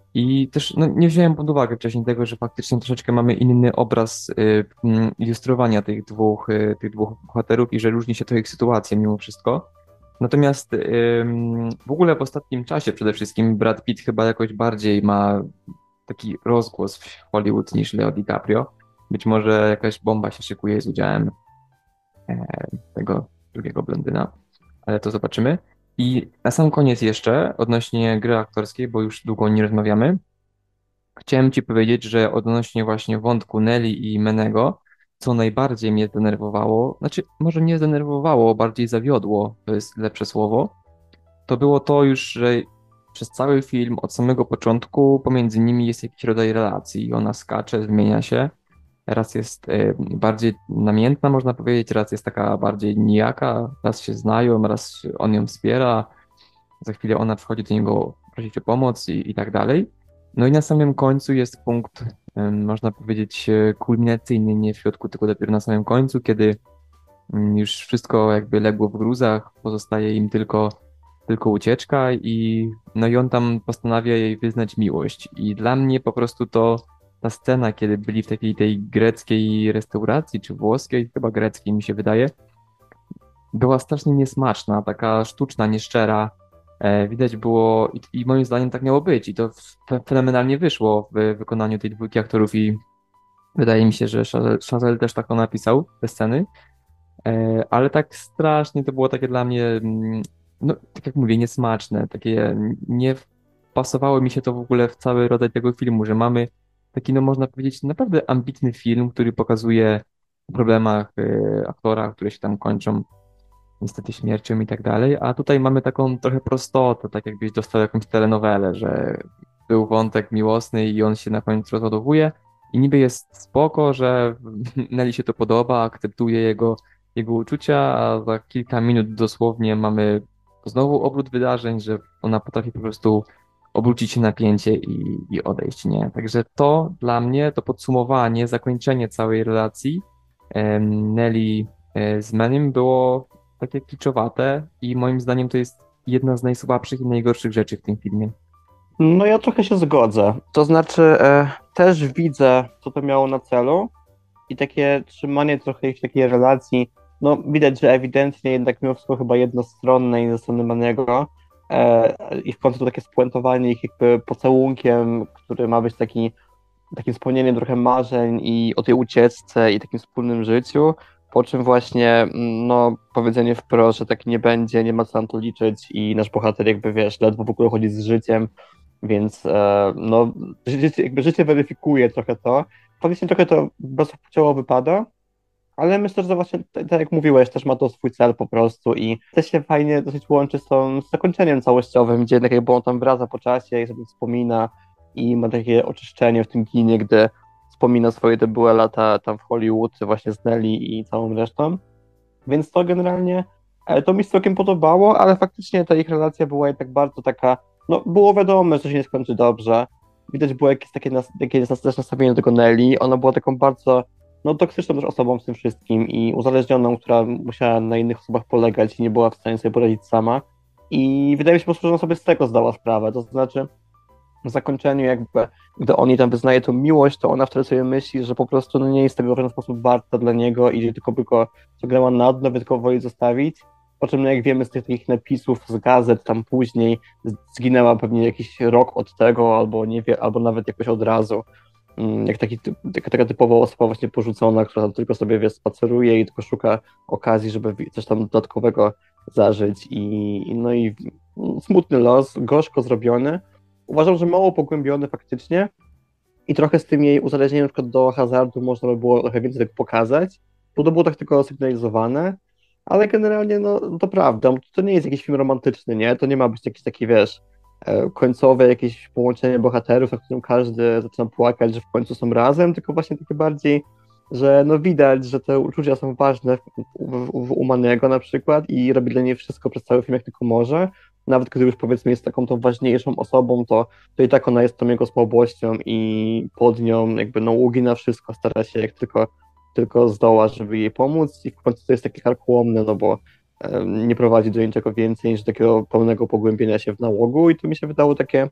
i też no, nie wziąłem pod uwagę wcześniej tego, że faktycznie troszeczkę mamy inny obraz y, mm, ilustrowania tych dwóch, y, tych dwóch bohaterów i że różni się to ich sytuacja mimo wszystko. Natomiast ym, w ogóle w ostatnim czasie przede wszystkim Brad Pitt chyba jakoś bardziej ma taki rozgłos w Hollywood niż Leo DiCaprio. Być może jakaś bomba się szykuje z udziałem e, tego drugiego blondyna, ale to zobaczymy. I na sam koniec jeszcze odnośnie gry aktorskiej, bo już długo nie rozmawiamy. Chciałem ci powiedzieć, że odnośnie właśnie wątku Nelly i Menego, co najbardziej mnie zdenerwowało, znaczy może nie zdenerwowało, bardziej zawiodło, to jest lepsze słowo, to było to już, że przez cały film, od samego początku, pomiędzy nimi jest jakiś rodzaj relacji i ona skacze, zmienia się. Raz jest e, bardziej namiętna, można powiedzieć, raz jest taka bardziej nijaka, raz się znają, raz on ją wspiera, za chwilę ona przychodzi do niego prosić o pomoc i, i tak dalej. No i na samym końcu jest punkt, em, można powiedzieć, e, kulminacyjny, nie w środku, tylko dopiero na samym końcu, kiedy mm, już wszystko jakby legło w gruzach, pozostaje im tylko, tylko ucieczka i no i on tam postanawia jej wyznać miłość. I dla mnie po prostu to ta scena, kiedy byli w takiej tej greckiej restauracji, czy włoskiej, chyba greckiej mi się wydaje, była strasznie niesmaczna, taka sztuczna, nieszczera. E, widać było i, i moim zdaniem tak miało być i to fe- fenomenalnie wyszło w wykonaniu tej dwójki aktorów i wydaje mi się, że Chazelle Chazelle też tak to napisał, te sceny. E, ale tak strasznie to było takie dla mnie, mm, no tak jak mówię, niesmaczne, takie nie pasowało mi się to w ogóle w cały rodzaj tego filmu, że mamy taki, no można powiedzieć, naprawdę ambitny film, który pokazuje o problemach e, aktora, które się tam kończą niestety śmiercią i tak dalej, a tutaj mamy taką trochę prostotę, tak jakbyś dostał jakąś telenowelę, że był wątek miłosny i on się na końcu rozładowuje i niby jest spoko, że Nelly się to podoba, akceptuje jego, jego uczucia, a za kilka minut dosłownie mamy znowu obrót wydarzeń, że ona potrafi po prostu obrócić się napięcie i, i odejść, nie? Także to dla mnie, to podsumowanie, zakończenie całej relacji em, Nelly e, z Manym było takie kiczowate i moim zdaniem to jest jedna z najsłabszych i najgorszych rzeczy w tym filmie. No ja trochę się zgodzę. To znaczy, e, też widzę, co to miało na celu i takie trzymanie trochę ich w takiej relacji. No widać, że ewidentnie jednak mimo wszystko chyba jednostronne i ze strony Maniego e, i w końcu to takie spuentowanie ich jakby pocałunkiem, który ma być taki, takim spełnieniem trochę marzeń i o tej ucieczce i takim wspólnym życiu, po czym właśnie mm, no powiedzenie wprost, że tak nie będzie, nie ma co na to liczyć i nasz bohater jakby wiesz, ledwo w ogóle chodzi z życiem. Więc e, no, życie, jakby życie weryfikuje trochę to. Faktycznie trochę to bezpłciowo wypada, ale myślę, że właśnie tak tak jak mówiłeś, też ma to swój cel po prostu i też się fajnie dosyć łączy z, tą, z zakończeniem całościowym, gdzie jednak jakby on tam wraca po czasie i sobie wspomina i ma takie oczyszczenie w tym kinie, gdy wspomina swoje te były lata tam w Hollywood właśnie z Nelly i całą resztą. Więc to generalnie e, to mi się całkiem podobało, ale faktycznie ta ich relacja była jednak bardzo taka, no było wiadomo, że się nie skończy dobrze. Widać było jakieś takie, nas, jakieś nas- też nastawienie do tego Nelly. Ona była taką bardzo, no toksyczną też osobą w tym wszystkim i uzależnioną, która musiała na innych osobach polegać i nie była w stanie sobie poradzić sama. I wydaje mi się po prostu, że ona sobie z tego zdała sprawę. To znaczy, w zakończeniu jakby, gdy on jej tam wyznaje tą miłość, to ona wtedy sobie myśli, że po prostu no, nie jest tego w żaden sposób warta dla niego i że tylko by go ciągnęła na dno, by tylko woli zostawić. Po czym, no, jak wiemy z tych takich napisów z gazet tam później, z- zginęła pewnie jakiś rok od tego, albo nie wie, albo nawet jakoś od razu. Mm, Jak taki, typ- taka, taka typowa osoba właśnie porzucona, która tylko sobie wie, spaceruje i tylko szuka okazji, żeby wi- coś tam dodatkowego zażyć i, i no i mm, smutny los, gorzko zrobiony. Uważam, że mało pogłębiony faktycznie i trochę z tym jej uzależnieniem na przykład do hazardu można by było trochę więcej tego pokazać, bo to było tak tylko sygnalizowane, ale generalnie no to prawda, to nie jest jakiś film romantyczny, nie? To nie ma być jakiś taki, wiesz, e, końcowe jakieś połączenie bohaterów, na którym każdy zaczyna płakać, że w końcu są razem, tylko właśnie takie bardziej, że no widać, że te uczucia są ważne w, w, w Umanego na przykład i robi dla niej wszystko przez cały film jak tylko może, nawet gdy już powiedzmy jest taką tą ważniejszą osobą, to, to i tak ona jest tą jego słabością i pod nią jakby no ugina wszystko, stara się jak tylko, tylko zdoła, żeby jej pomóc i w końcu to jest takie karkołomne, no bo em, nie prowadzi do niczego więcej niż takiego pełnego pogłębienia się w nałogu i to mi się wydało takie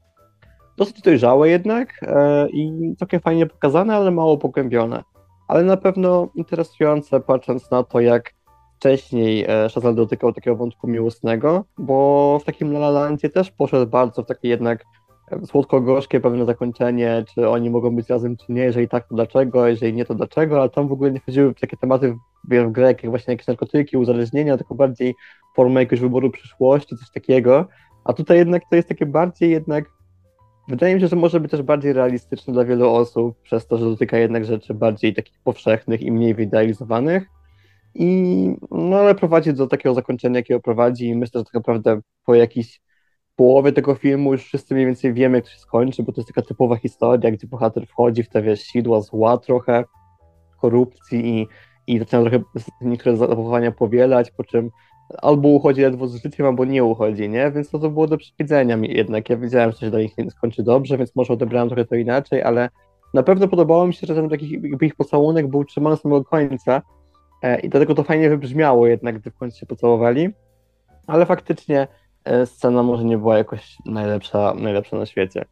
dosyć dojrzałe jednak e, i całkiem fajnie pokazane, ale mało pogłębione. Ale na pewno interesujące, patrząc na to, jak wcześniej e, Chazelle dotykał takiego wątku miłosnego, bo w takim La La Landzie też poszedł bardzo w takie jednak e, słodko-gorzkie pewne zakończenie, czy oni mogą być razem, czy nie, jeżeli tak, to dlaczego, jeżeli nie, to dlaczego, ale tam w ogóle nie chodziły w takie tematy w, w grę, jak właśnie jakieś narkotyki, uzależnienia, tylko bardziej formę jakiegoś wyboru przyszłości, coś takiego, a tutaj jednak to jest takie bardziej jednak wydaje mi się, że może być też bardziej realistyczny dla wielu osób, przez to, że dotyka jednak rzeczy bardziej takich powszechnych i mniej wyidealizowanych. I no ale prowadzi do takiego zakończenia, jakiego prowadzi i myślę, że tak naprawdę po jakichś połowie tego filmu już wszyscy mniej więcej wiemy, jak to się skończy, bo to jest taka typowa historia, gdzie bohater wchodzi w te, wiesz, sidła zła trochę, korupcji i, i zaczyna trochę niektóre zachowania powielać, po czym albo uchodzi ledwo z życiem, albo nie uchodzi, nie? Więc to, to było do przewidzenia mi jednak. Ja wiedziałem, że to się dla nich nie skończy dobrze, więc może odebrałem trochę to inaczej, ale na pewno podobało mi się, że ten taki jakby ich pocałunek był trzymany z samego końca e, i dlatego to fajnie wybrzmiało jednak, gdy w końcu się pocałowali, ale faktycznie e, scena może nie była jakoś najlepsza, najlepsza na świecie.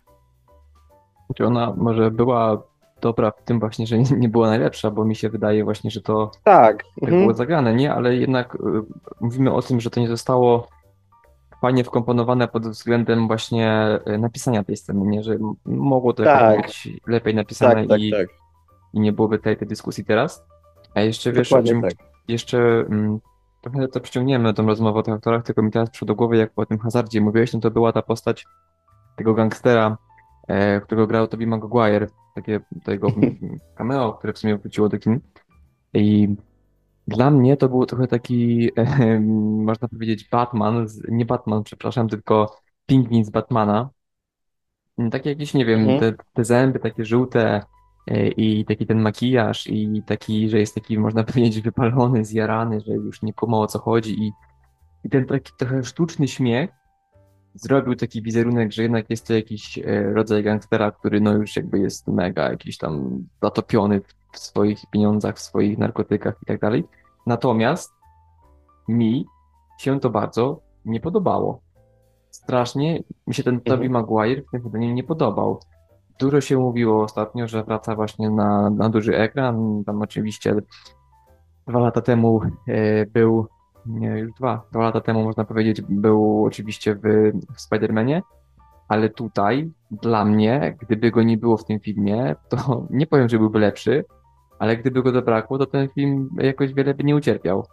Czy ona może była dobra w tym właśnie, że nie, nie była najlepsza, bo mi się wydaje właśnie, że to Tak, tak było mhm. zagrane, nie? Ale jednak y, mówimy o tym, że to nie zostało fajnie wkomponowane pod względem właśnie y, napisania tej sceny, nie? Że m- mogło to jakoś Tak, być lepiej napisane tak, tak, i, tak. i nie byłoby tej, tej dyskusji teraz. A jeszcze wiesz, o Dokładnie czym tak. jeszcze mm, trochę to przyciągniemy tą rozmowę o tych aktorach, tylko mi teraz przyszło do głowy, jak o tym Hazardzie mówiłeś, no to była ta postać tego gangstera, e, którego grał Tobey Maguire, takie to jego mm, cameo, które w sumie wróciło do kin. I dla mnie to był trochę taki, e, można powiedzieć, Batman, z, nie Batman, przepraszam, tylko Pingwin z Batmana. Takie jakieś, nie wiem, Mhm. te, te zęby takie żółte e, i taki ten makijaż i taki, że jest taki, można powiedzieć, wypalony, zjarany, że już nie kumał o co chodzi i, i ten taki trochę sztuczny śmiech zrobił taki wizerunek, że jednak jest to jakiś e, rodzaj gangstera, który no już jakby jest mega jakiś tam zatopiony w swoich pieniądzach, w swoich narkotykach i tak dalej. Natomiast mi się to bardzo nie podobało. Strasznie mi się ten Tobey Mhm. Maguire w tym wydaniu nie podobał. Dużo się mówiło ostatnio, że wraca właśnie na, na duży ekran. Tam oczywiście dwa lata temu e, był, nie, już dwa, dwa lata temu można powiedzieć, był oczywiście w, w Spider-Manie, ale tutaj dla mnie, gdyby go nie było w tym filmie, to nie powiem, że byłby lepszy, ale gdyby go zabrakło, to ten film jakoś wiele by nie ucierpiał.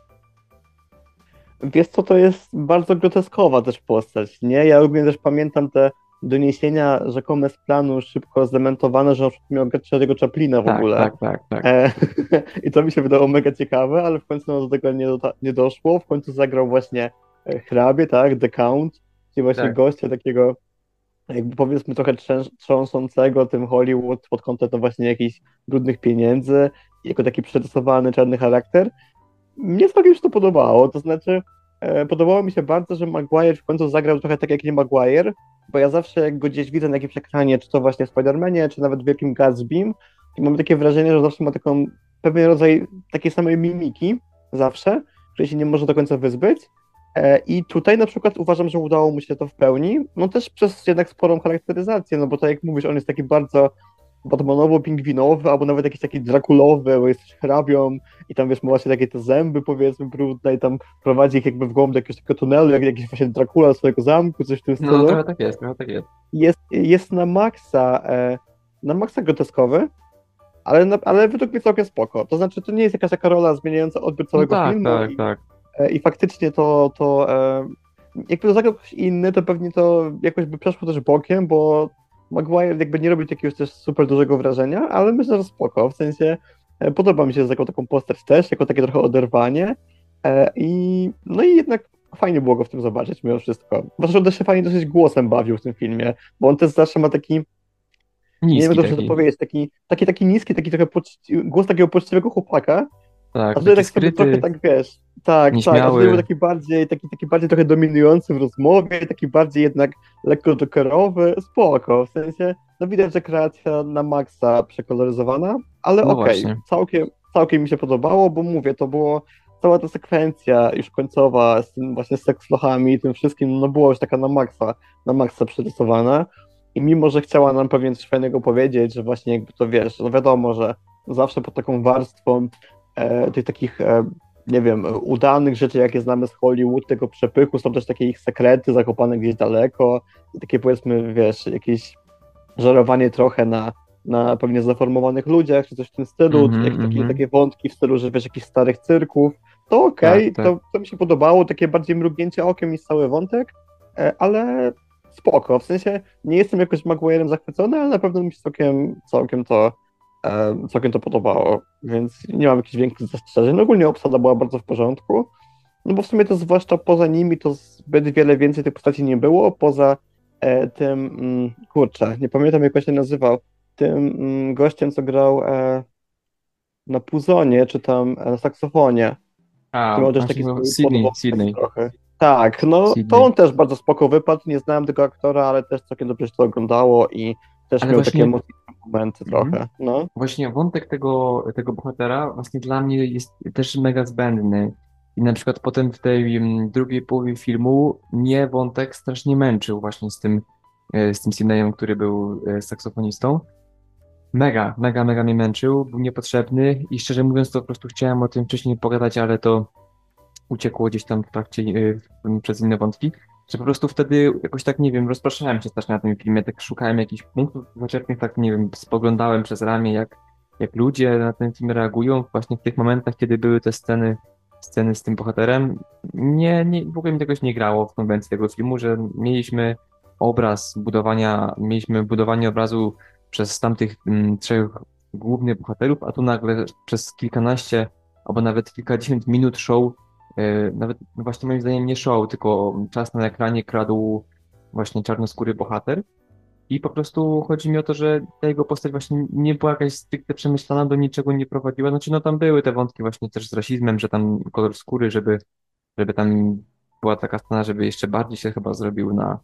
Wiesz co, to jest bardzo groteskowa też postać, nie? Ja również też pamiętam te doniesienia rzekome z planu szybko zdementowane, że on miał grać Charlie'ego Chaplina w Tak, ogóle. tak, tak, tak. E, I to mi się wydało mega ciekawe, ale w końcu no, do tego nie, do, nie doszło. W końcu zagrał właśnie e, hrabie, tak? The Count, czyli właśnie Tak. gościa takiego jakby powiedzmy trochę trzęs- trząsącego tym Hollywood pod kątem no właśnie jakichś brudnych pieniędzy, jako taki przerysowany czarny charakter. Mnie całkiem się to podobało, to znaczy e, podobało mi się bardzo, że Maguire w końcu zagrał trochę tak jak nie Maguire, bo ja zawsze jak go gdzieś widzę na jakimś ekranie, czy to właśnie w Spider-Manie, czy nawet w Wielkim Gatsbym, i mam takie wrażenie, że zawsze ma taką pewien rodzaj takiej samej mimiki, zawsze, której się nie może do końca wyzbyć. E, I tutaj na przykład uważam, że udało mu się to w pełni, no też przez jednak sporą charakteryzację, no bo tak jak mówisz, on jest taki bardzo Batmanowo-pingwinowy, albo nawet jakiś taki drakulowy, bo jest hrabią i tam wiesz, ma właśnie takie te zęby powiedzmy brudne i tam prowadzi ich jakby w głąb do jakiegoś takiego tunelu, jak jakiś właśnie Dracula do swojego zamku, coś w tym No, stylu. trochę tak jest, trochę tak jest. Jest, jest na maksa, e, na maksa groteskowy, ale, na, ale według mnie całkiem spoko. To znaczy, to nie jest jakaś taka rola zmieniająca odbiór No całego tak, filmu tak, i, tak. e, i faktycznie to, to e, jakby to zagrał ktoś inny, to pewnie to jakoś by przeszło też bokiem, bo Maguire jakby nie robi jakiegoś też super dużego wrażenia, ale myślę, że spoko, w sensie e, podoba mi się jako taką postać też, jako takie trochę oderwanie e, i no i jednak fajnie było go w tym zobaczyć mimo wszystko. Zwłaszcza, że on też się fajnie dosyć głosem bawił w tym filmie, bo on też zawsze ma taki, nie wiem jak Niski dobrze to taki. powiedzieć, taki, taki, taki niski, taki trochę poczci- głos takiego poczciwego chłopaka, a Tak, tutaj taki tak sobie trochę skryty, tak wiesz, tak, tak, a tutaj był nieśmiały. taki bardziej, taki, taki bardziej trochę dominujący w rozmowie, taki bardziej jednak lekko jokerowy, spoko, w sensie, no widać, że kreacja na maksa przekoloryzowana, ale No okej, właśnie. całkiem, całkiem mi się podobało, bo mówię, to było, cała ta sekwencja już końcowa z tym właśnie sekslochami i tym wszystkim, no była już taka na maksa, na maksa przerysowana i mimo, że chciała nam pewnie coś fajnego powiedzieć, że właśnie jakby to wiesz, no wiadomo, że zawsze pod taką warstwą e, tych takich, e, nie wiem, udanych rzeczy, jakie znamy z Hollywood, tego przepychu, są też takie ich sekrety zakopane gdzieś daleko i takie powiedzmy, wiesz, jakieś żerowanie trochę na, na pewnie zaformowanych ludziach, czy coś w tym stylu, czy Mhm, jakieś takie, mhm. takie wątki w stylu, że wiesz, jakichś starych cyrków, to Tak, okej, tak. to, to mi się podobało, takie bardziej mrugnięcie okiem niż cały wątek, e, ale spoko, w sensie nie jestem jakoś Maguire'em zachwycony, ale na pewno mi się całkiem, całkiem to e, całkiem to podobało, więc nie mam jakichś większych zastrzeżeń. No ogólnie obsada była bardzo w porządku. No bo w sumie to zwłaszcza poza nimi to zbyt wiele więcej tych postaci nie było, poza e, tym, mm, kurczę, nie pamiętam jak on się nazywał, tym mm, gościem, co grał e, na puzonie, czy tam e, na saksofonie, który A, miał też on się taki nazywał swój Sydney, podwątek Sydney, trochę. Tak, no to Sydney. on też bardzo spoko wypadł, nie znałem tego aktora, ale też całkiem dobrze się to oglądało i też Ale miał takie właśnie, emocjonalne momenty mhm. trochę, no. Właśnie wątek tego, tego bohatera właśnie dla mnie jest też mega zbędny. I na przykład potem w tej mm, drugiej połowie filmu mnie wątek strasznie męczył właśnie z tym, e, z tym Sydneyem, który był e, saksofonistą. Mega, mega, mega mnie męczył, był niepotrzebny i szczerze mówiąc to po prostu chciałem o tym wcześniej pogadać, ale to uciekło gdzieś tam w trakcie, y, w- przez inne wątki, że po prostu wtedy jakoś tak, nie wiem, rozpraszałem się strasznie na tym filmie, tak szukałem jakichś punktów zaczepnych, tak, nie wiem, spoglądałem przez ramię, jak, jak ludzie na ten film reagują właśnie w tych momentach, kiedy były te sceny, sceny z tym bohaterem. Nie, nie, w ogóle mi jakoś nie grało w konwencji tego filmu, że mieliśmy obraz budowania, mieliśmy budowanie obrazu przez tamtych mm, trzech głównych bohaterów, a tu nagle przez kilkanaście albo nawet kilkadziesiąt minut show. E, Nawet no właśnie moim zdaniem nie show, tylko czas na ekranie kradł właśnie czarnoskóry bohater. I po prostu chodzi mi o to, że ta jego postać właśnie nie była jakaś stricte przemyślana, do niczego nie prowadziła. Znaczy, no tam były te wątki właśnie też z rasizmem, że tam kolor skóry, żeby, żeby tam była taka scena, żeby jeszcze bardziej się chyba zrobił na,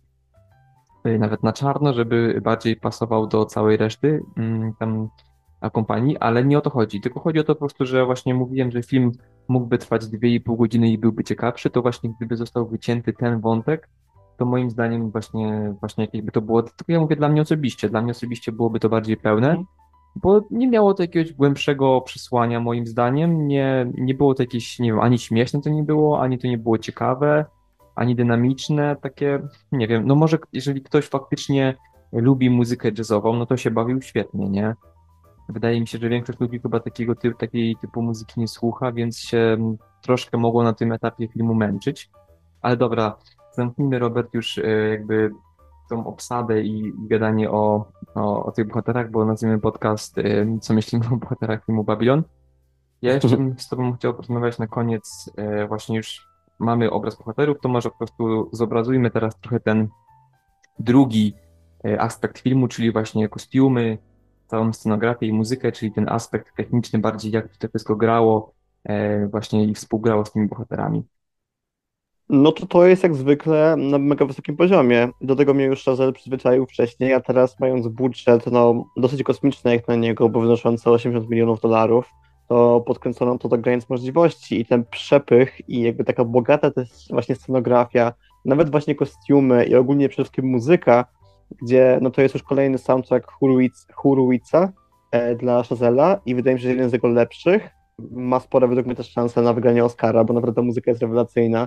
y, nawet na czarno, żeby bardziej pasował do całej reszty mm, tam a kompanii, ale nie o to chodzi. Tylko chodzi o to po prostu, że właśnie mówiłem, że film mógłby trwać dwie i pół godziny i byłby ciekawszy, to właśnie gdyby został wycięty ten wątek, to moim zdaniem właśnie, właśnie jakby to było, tylko ja mówię dla mnie osobiście, dla mnie osobiście byłoby to bardziej pełne, Mhm. bo nie miało to jakiegoś głębszego przesłania moim zdaniem, nie, nie było to jakieś, nie wiem, ani śmieszne to nie było, ani to nie było ciekawe, ani dynamiczne, takie, nie wiem, no może jeżeli ktoś faktycznie lubi muzykę jazzową, no to się bawił świetnie, nie? Wydaje mi się, że większość ludzi chyba takiego ty takiej typu muzyki nie słucha, więc się mm, troszkę mogło na tym etapie filmu męczyć. Ale dobra, zamknijmy, Robert, już e, jakby tą obsadę i, i gadanie o, o, o tych bohaterach, bo nazwijmy podcast e, Co myślimy o bohaterach filmu Babylon. Ja jeszcze bym z Tobą chciał porozmawiać na koniec, e, właśnie już mamy obraz bohaterów, to może po prostu zobrazujmy teraz trochę ten drugi e, aspekt filmu, czyli właśnie kostiumy, całą scenografię i muzykę, czyli ten aspekt techniczny bardziej, jak to wszystko grało e, właśnie i współgrało z tymi bohaterami. No to to jest jak zwykle na mega wysokim poziomie. Do tego mnie już Chazelle przyzwyczaił wcześniej, a teraz mając budżet no, dosyć kosmiczny jak na niego, bo wynoszący osiemdziesiąt milionów dolarów, to podkręcono to do granic możliwości i ten przepych i jakby taka bogata też właśnie scenografia, nawet właśnie kostiumy i ogólnie przede wszystkim muzyka, gdzie no to jest już kolejny soundtrack Hurwitz, Hurwitza e, dla Chazella i wydaje mi się, że jeden z jego lepszych. Ma spore według mnie też szanse na wygranie Oscara, bo naprawdę muzyka jest rewelacyjna.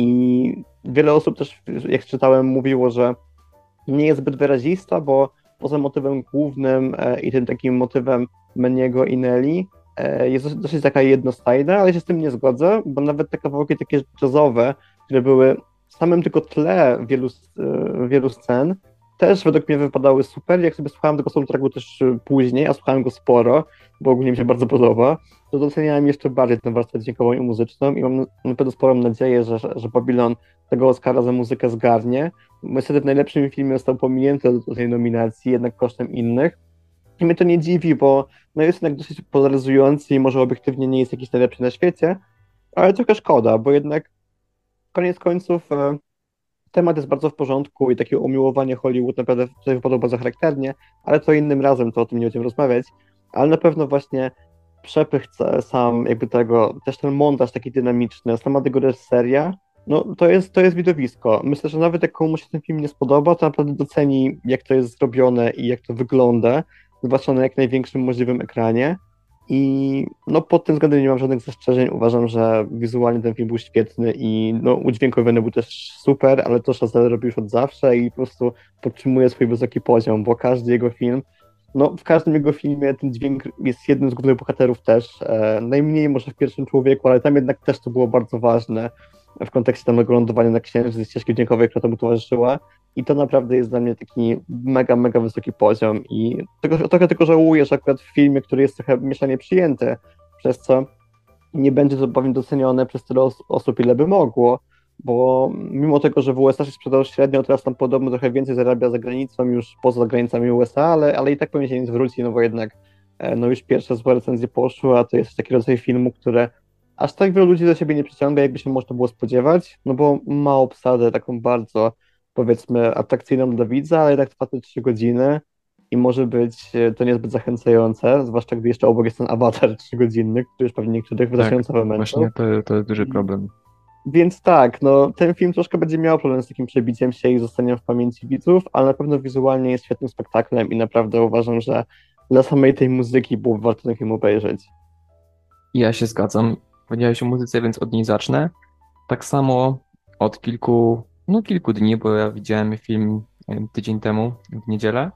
I wiele osób też, jak czytałem, mówiło, że nie jest zbyt wyrazista, bo poza motywem głównym e, i tym takim motywem Meniego i Nelly e, jest dosyć, dosyć taka jednostajna, ale się z tym nie zgodzę, bo nawet te kawałki takie jazzowe, które były w samym tylko tle wielu, e, wielu scen, też według mnie wypadały super. Jak sobie słuchałem tego soundtracku też e, później, a słuchałem go sporo, bo ogólnie mi się bardzo podoba, to doceniałem jeszcze bardziej tę warstwę dźwiękową i muzyczną i mam na pewno sporą nadzieję, że, że Babylon tego Oscara za muzykę zgarnie. Niestety w najlepszym filmie został pominięty do tej nominacji, jednak kosztem innych. I mnie to nie dziwi, bo no jest jednak dosyć polaryzujący i może obiektywnie nie jest jakiś najlepszy na świecie, ale trochę szkoda, bo jednak koniec końców e, temat jest bardzo w porządku i takie umiłowanie Hollywood naprawdę tutaj wypadło bardzo charakternie, ale to innym razem, to o tym nie będziemy rozmawiać, ale na pewno właśnie przepych ca- sam jakby tego, też ten montaż taki dynamiczny, sama tego reżyseria, no to jest, to jest widowisko. Myślę, że nawet jak komuś się ten film nie spodoba, to naprawdę doceni, jak to jest zrobione i jak to wygląda, zwłaszcza na jak największym możliwym ekranie. I no pod tym względem nie mam żadnych zastrzeżeń. Uważam, że wizualnie ten film był świetny i no udźwiękowiony był też super, ale to Chazelle robi już od zawsze i po prostu podtrzymuje swój wysoki poziom, bo każdy jego film, no w każdym jego filmie ten dźwięk jest jednym z głównych bohaterów też. E, najmniej może w Pierwszym Człowieku, ale tam jednak też to było bardzo ważne w kontekście tam tego lądowania na Księżycu, ścieżki dźwiękowej, która temu towarzyszyła. I to naprawdę jest dla mnie taki mega, mega wysoki poziom. I tego, trochę tylko żałuję, że akurat w filmie, który jest trochę mieszanie przyjęty, przez co nie będzie to pewnie docenione przez tyle os- osób, ile by mogło, bo mimo tego, że w U S A się sprzedał średnio, teraz tam podobno trochę więcej zarabia za granicą, już poza granicami U S A, ale, ale i tak pewnie się nie zwróci, no bo jednak e, no już pierwsze złe recenzje poszły, a to jest taki rodzaj filmu, które aż tak wielu ludzi do siebie nie przyciąga, jakby się można było spodziewać, no bo ma obsadę taką bardzo, powiedzmy, atrakcyjną dla widza, ale jednak trwa to trzy godziny i może być e, to niezbyt zachęcające, zwłaszcza gdy jeszcze obok jest ten awatar trzygodzinny, który już pewnie niektórych Tak, wystarczająco wymęczył. właśnie to, to jest duży problem. Więc tak, no ten film troszkę będzie miał problem z takim przebiciem się i zostaniem w pamięci widzów, ale na pewno wizualnie jest świetnym spektaklem i naprawdę uważam, że dla samej tej muzyki byłoby warto ten film obejrzeć. I ja się zgadzam. Powiedziałeś o muzyce, więc od niej zacznę. Tak samo od kilku, no kilku dni, bo ja widziałem film e, tydzień temu, w niedzielę.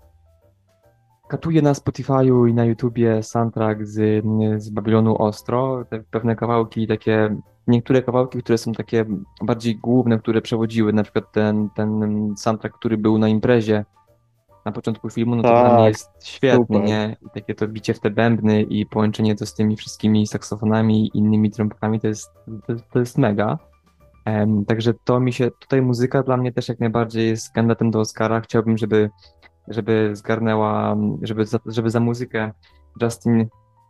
Katuję na Spotify'u i na YouTubie soundtrack z, z Babilonu Ostro. Te pewne kawałki, takie, niektóre kawałki, które są takie bardziej główne, które przewodziły, na przykład ten, ten soundtrack, który był na imprezie na początku filmu, no to dla mnie Tak, jest świetny, super. nie? I takie to bicie w te bębny i połączenie to z tymi wszystkimi saksofonami i innymi trąbkami, to jest, to, to jest mega. Em, także to mi się, tutaj muzyka dla mnie też jak najbardziej jest kandydatem do Oscara. Chciałbym, żeby, żeby zgarnęła, żeby za, żeby za muzykę Justin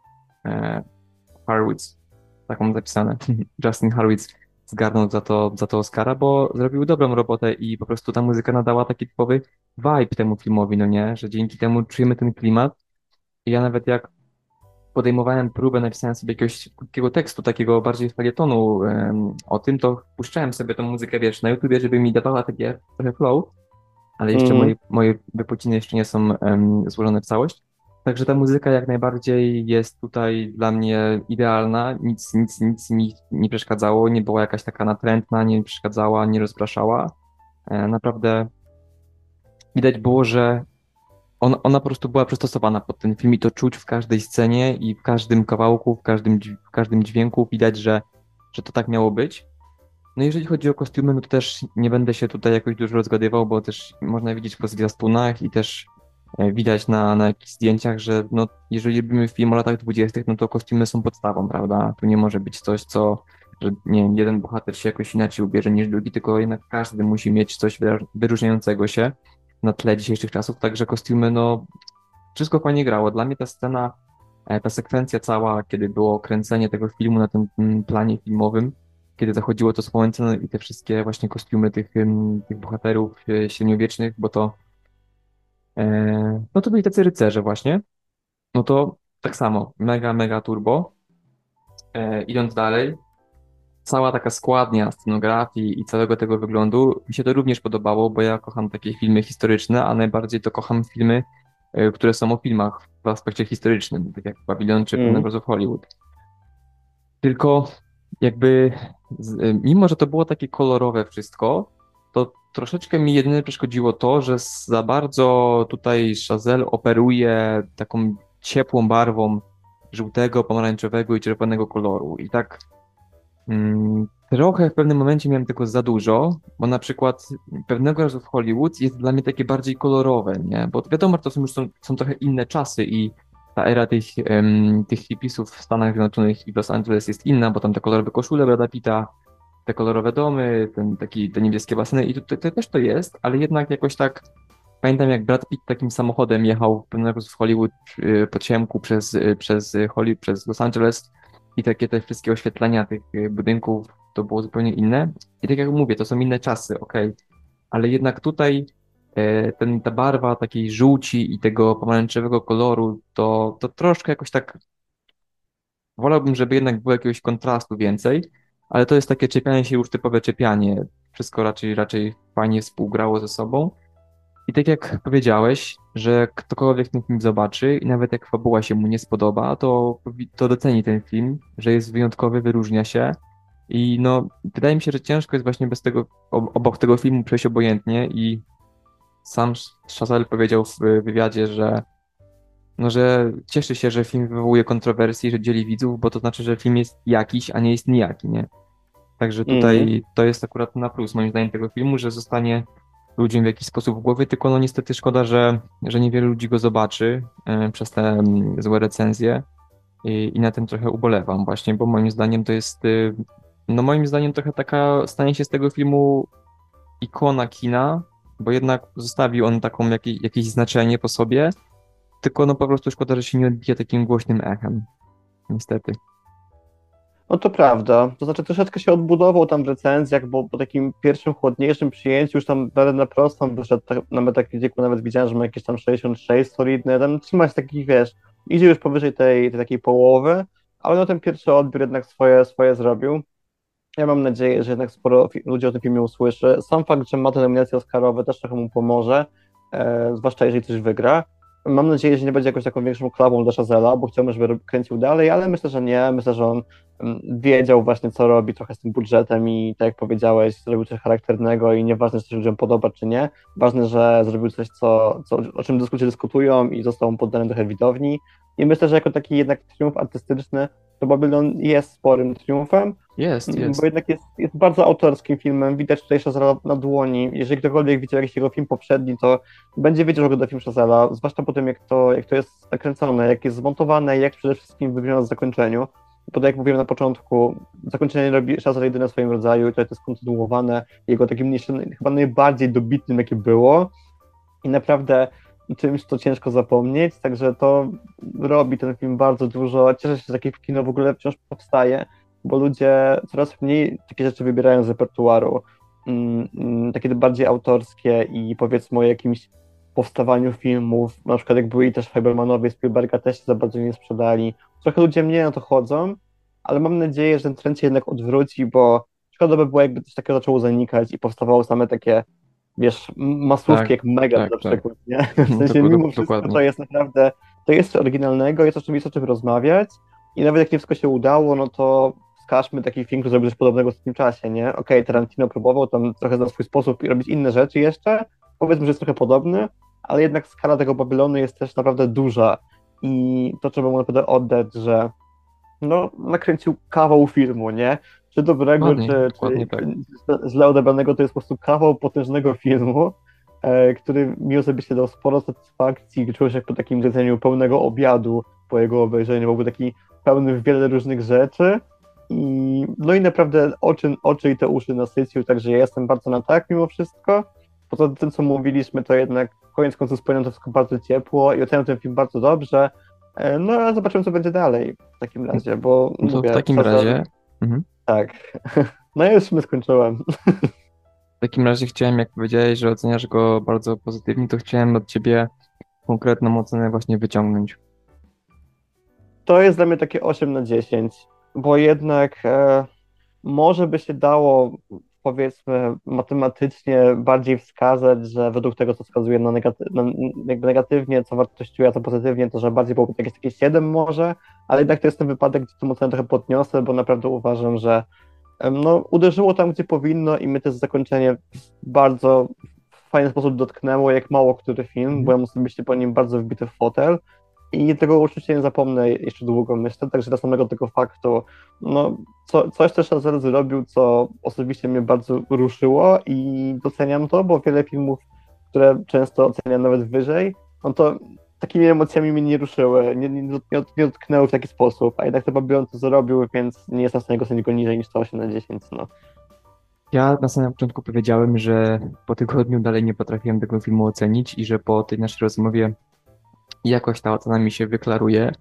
e, Hurwitz, taką mam zapisane, Justin Hurwitz zgarnął za to, za to Oscara, bo zrobił dobrą robotę i po prostu ta muzyka nadała taki typowy vibe temu filmowi, no nie? Że dzięki temu czujemy ten klimat. I ja nawet jak podejmowałem próbę, napisałem sobie jakiegoś krótkiego tekstu, takiego bardziej felietonu em, o tym, to puszczałem sobie tą muzykę, wiesz, na YouTubie, żeby mi dawała takie trochę flow, ale jeszcze Mhm. moje, moje wypociny jeszcze nie są em, złożone w całość. Także ta muzyka jak najbardziej jest tutaj dla mnie idealna, nic, nic, nic mi nie przeszkadzało, nie była jakaś taka natrętna, nie przeszkadzała, nie rozpraszała. E, naprawdę widać było, że on, ona po prostu była przystosowana pod ten film i to czuć w każdej scenie i w każdym kawałku, w każdym, dź- w każdym dźwięku widać, że, że to tak miało być. No jeżeli chodzi o kostiumy, no to też nie będę się tutaj jakoś dużo rozgadywał, bo też można widzieć po zwiastunach i też e, widać na, na jakichś zdjęciach, że no, jeżeli robimy film o latach dwudziestych, no to kostiumy są podstawą, prawda? Tu nie może być coś, co, że nie wiem, jeden bohater się jakoś inaczej ubierze niż drugi, tylko jednak każdy musi mieć coś wyra- wyróżniającego się na tle dzisiejszych czasów, także kostiumy, no, wszystko fajnie grało. Dla mnie ta scena, e, ta sekwencja cała, kiedy było kręcenie tego filmu na tym mm, planie filmowym, kiedy zachodziło to słońce no i te wszystkie właśnie kostiumy tych, ym, tych bohaterów e, średniowiecznych, bo to, e, no to byli tacy rycerze właśnie, no to tak samo, mega, mega turbo. E, idąc dalej, cała taka składnia scenografii i całego tego wyglądu, mi się to również podobało, bo ja kocham takie filmy historyczne, a najbardziej to kocham filmy, e, które są o filmach w aspekcie historycznym, tak jak Babylon czy Pewnego Mhm. razu w Hollywood. Tylko jakby, z- e, mimo że to było takie kolorowe wszystko, to troszeczkę mi jedynie przeszkodziło to, że za bardzo tutaj Chazelle operuje taką ciepłą barwą żółtego, pomarańczowego i czerwonego koloru. I tak Mm, trochę w pewnym momencie miałem tego za dużo, bo na przykład pewnego razu w Hollywood jest dla mnie takie bardziej kolorowe, nie? Bo wiadomo, że to są już są, są trochę inne czasy i ta era tych, em, tych hipisów w Stanach Zjednoczonych i w Los Angeles jest inna, bo tam te kolorowe koszule Brada Pitta, te kolorowe domy, ten, taki, te niebieskie baseny i to, to, też to jest, ale jednak jakoś tak pamiętam jak Brad Pitt takim samochodem jechał pewnego razu w Hollywood y, po ciemku przez, y, przez, y, Hollywood, przez Los Angeles i takie te wszystkie oświetlenia tych y, budynków to było zupełnie inne. I tak jak mówię, to są inne czasy, okej, ale jednak tutaj e, ten, ta barwa takiej żółci i tego pomarańczowego koloru, to, to troszkę jakoś tak wolałbym, żeby jednak było jakiegoś kontrastu więcej, ale to jest takie czepianie się już typowe czepianie. Wszystko raczej, raczej fajnie współgrało ze sobą. I tak jak powiedziałeś, że ktokolwiek ten film zobaczy i nawet jak fabuła się mu nie spodoba, to, powi- to doceni ten film, że jest wyjątkowy, wyróżnia się. I no, wydaje mi się, że ciężko jest właśnie bez tego, ob- obok tego filmu przejść obojętnie i sam Chazelle powiedział w wywiadzie, że no, że cieszy się, że film wywołuje kontrowersje, że dzieli widzów, bo to znaczy, że film jest jakiś, a nie jest nijaki, nie? Także Mhm. tutaj to jest akurat na plus moim zdaniem tego filmu, że zostanie ludziom w jakiś sposób w głowie, tylko no niestety szkoda, że, że niewiele ludzi go zobaczy e, przez te mm, złe recenzje. i, i na tym trochę ubolewam właśnie, bo moim zdaniem to jest, y, no moim zdaniem trochę taka, stanie się z tego filmu ikona kina, bo jednak zostawił on taką jakieś, jakieś znaczenie po sobie, tylko no po prostu szkoda, że się nie odbija takim głośnym echem, niestety. No to prawda. To znaczy troszeczkę się odbudował tam w recenzjach, bo po takim pierwszym chłodniejszym przyjęciu już tam nawet na prostą wyszedł, tak, na Metacriticu nawet widziałem, że ma jakieś tam sześćdziesiąt sześć solidne, tam trzyma się takich, wiesz, idzie już powyżej tej, tej takiej połowy, ale no ten pierwszy odbiór jednak swoje, swoje zrobił. Ja mam nadzieję, że jednak sporo fi- ludzi o tym filmie usłyszy. Sam fakt, że ma te nominacje Oscarowe też trochę mu pomoże, e, zwłaszcza jeżeli coś wygra. Mam nadzieję, że nie będzie jakąś taką większą klawą dla Chazella, bo chciałbym, żeby rob- kręcił dalej, ale myślę, że nie. Myślę, że on mm, wiedział właśnie, co robi trochę z tym budżetem i tak jak powiedziałeś, zrobił coś charakternego i nieważne, czy się ludziom podoba, czy nie. Ważne, że zrobił coś, co, co, o czym ludzie dyskutują i został on poddany trochę widowni. I myślę, że jako taki jednak triumf artystyczny, to Babylon jest sporym triumfem, Jest, Mm, bo jest. jednak jest, jest bardzo autorskim filmem, widać tutaj Chazella na dłoni. Jeżeli ktokolwiek widział jakiś jego film poprzedni, to będzie wiedział, że ogląda film Chazella, zwłaszcza po tym, jak to, jak to jest nakręcone, jak jest zmontowane, jak przede wszystkim wygląda w zakończeniu. Bo tak jak mówiłem na początku, zakończenie robi Chazella jedyne w swoim rodzaju i to jest kontynuowane jego takim jeszcze chyba najbardziej dobitnym, jakie było. I naprawdę czymś, co ciężko zapomnieć, także to robi ten film bardzo dużo. Cieszę się, że takie kino w ogóle wciąż powstaje, bo ludzie coraz mniej takie rzeczy wybierają z repertuaru, mm, mm, takie bardziej autorskie i powiedzmy o jakimś powstawaniu filmów, na przykład jak byli też Fabelmanowie, Spielberga też się za bardzo nie sprzedali. Trochę ludzie mniej na to chodzą, ale mam nadzieję, że ten trend się jednak odwróci, bo szkoda by było, jakby coś takiego zaczęło zanikać i powstawały same takie, wiesz, m- masówki Tak, jak Megan tak, na tak. przykład, nie? W sensie Dok- mimo dok- wszystko dokładnie. to jest naprawdę, to jest coś oryginalnego, jest o czym, jest o czym rozmawiać i nawet jak nie wszystko się udało, no to wskażmy taki film, który zrobił coś podobnego w tym czasie, nie? Okej, Tarantino próbował tam trochę na swój sposób i robić inne rzeczy jeszcze, powiedzmy, że jest trochę podobny, ale jednak skala tego Babylonu jest też naprawdę duża i to trzeba mu naprawdę oddać, że no, nakręcił kawał filmu, nie? Czy dobrego, Dokładnie, czy, dokładnie czy tak. źle odebranego, to jest po prostu kawał potężnego filmu, e, który mi osobiście dał sporo satysfakcji. Czułem się po takim jedzeniu pełnego obiadu, po jego obejrzeniu, byłby taki pełny w wiele różnych rzeczy. I, no i naprawdę oczy, oczy i te uszy nasycił, także ja jestem bardzo na tak mimo wszystko. Poza tym, co mówiliśmy, to jednak koniec końców spojrzałem to wszystko bardzo ciepło i oceniam ten film bardzo dobrze. E, No, ale zobaczymy, co będzie dalej w takim razie, bo No to w mówię, takim Chazelle, razie, mhm. tak. No ja już my skończyłem. W takim razie chciałem, jak powiedziałeś, że oceniasz go bardzo pozytywnie, to chciałem od ciebie konkretną ocenę właśnie wyciągnąć. To jest dla mnie takie osiem na dziesięć, bo jednak e, może by się dało, powiedzmy, matematycznie bardziej wskazać, że według tego, co wskazuje na, negaty na jakby negatywnie, co wartościuje, a co pozytywnie, to że bardziej byłoby jakieś takie siedem może, ale jednak to jest ten wypadek, gdzie tę ocenę trochę podniosę, bo naprawdę uważam, że em, no, uderzyło tam, gdzie powinno i mnie to zakończenie w bardzo fajny sposób dotknęło, jak mało który film. Mhm. Byłem osobiście po nim bardzo wbity w fotel i tego uczucia nie zapomnę jeszcze długo, myślę, także dla samego tego faktu, no, co, coś też Chazelle zrobił, co osobiście mnie bardzo ruszyło i doceniam to, bo wiele filmów, które często oceniam nawet wyżej, no to takimi emocjami mnie nie ruszyły, nie, nie, nie, nie dotknęły w taki sposób, a jednak to Babylon to zrobił, więc nie jestem w stanie go ocenić go niżej niż to osiem na dziesięć, no. Ja na samym początku powiedziałem, że po tygodniu dalej nie potrafiłem tego filmu ocenić i że po tej naszej rozmowie jakoś ta ocena mi się wyklaruje.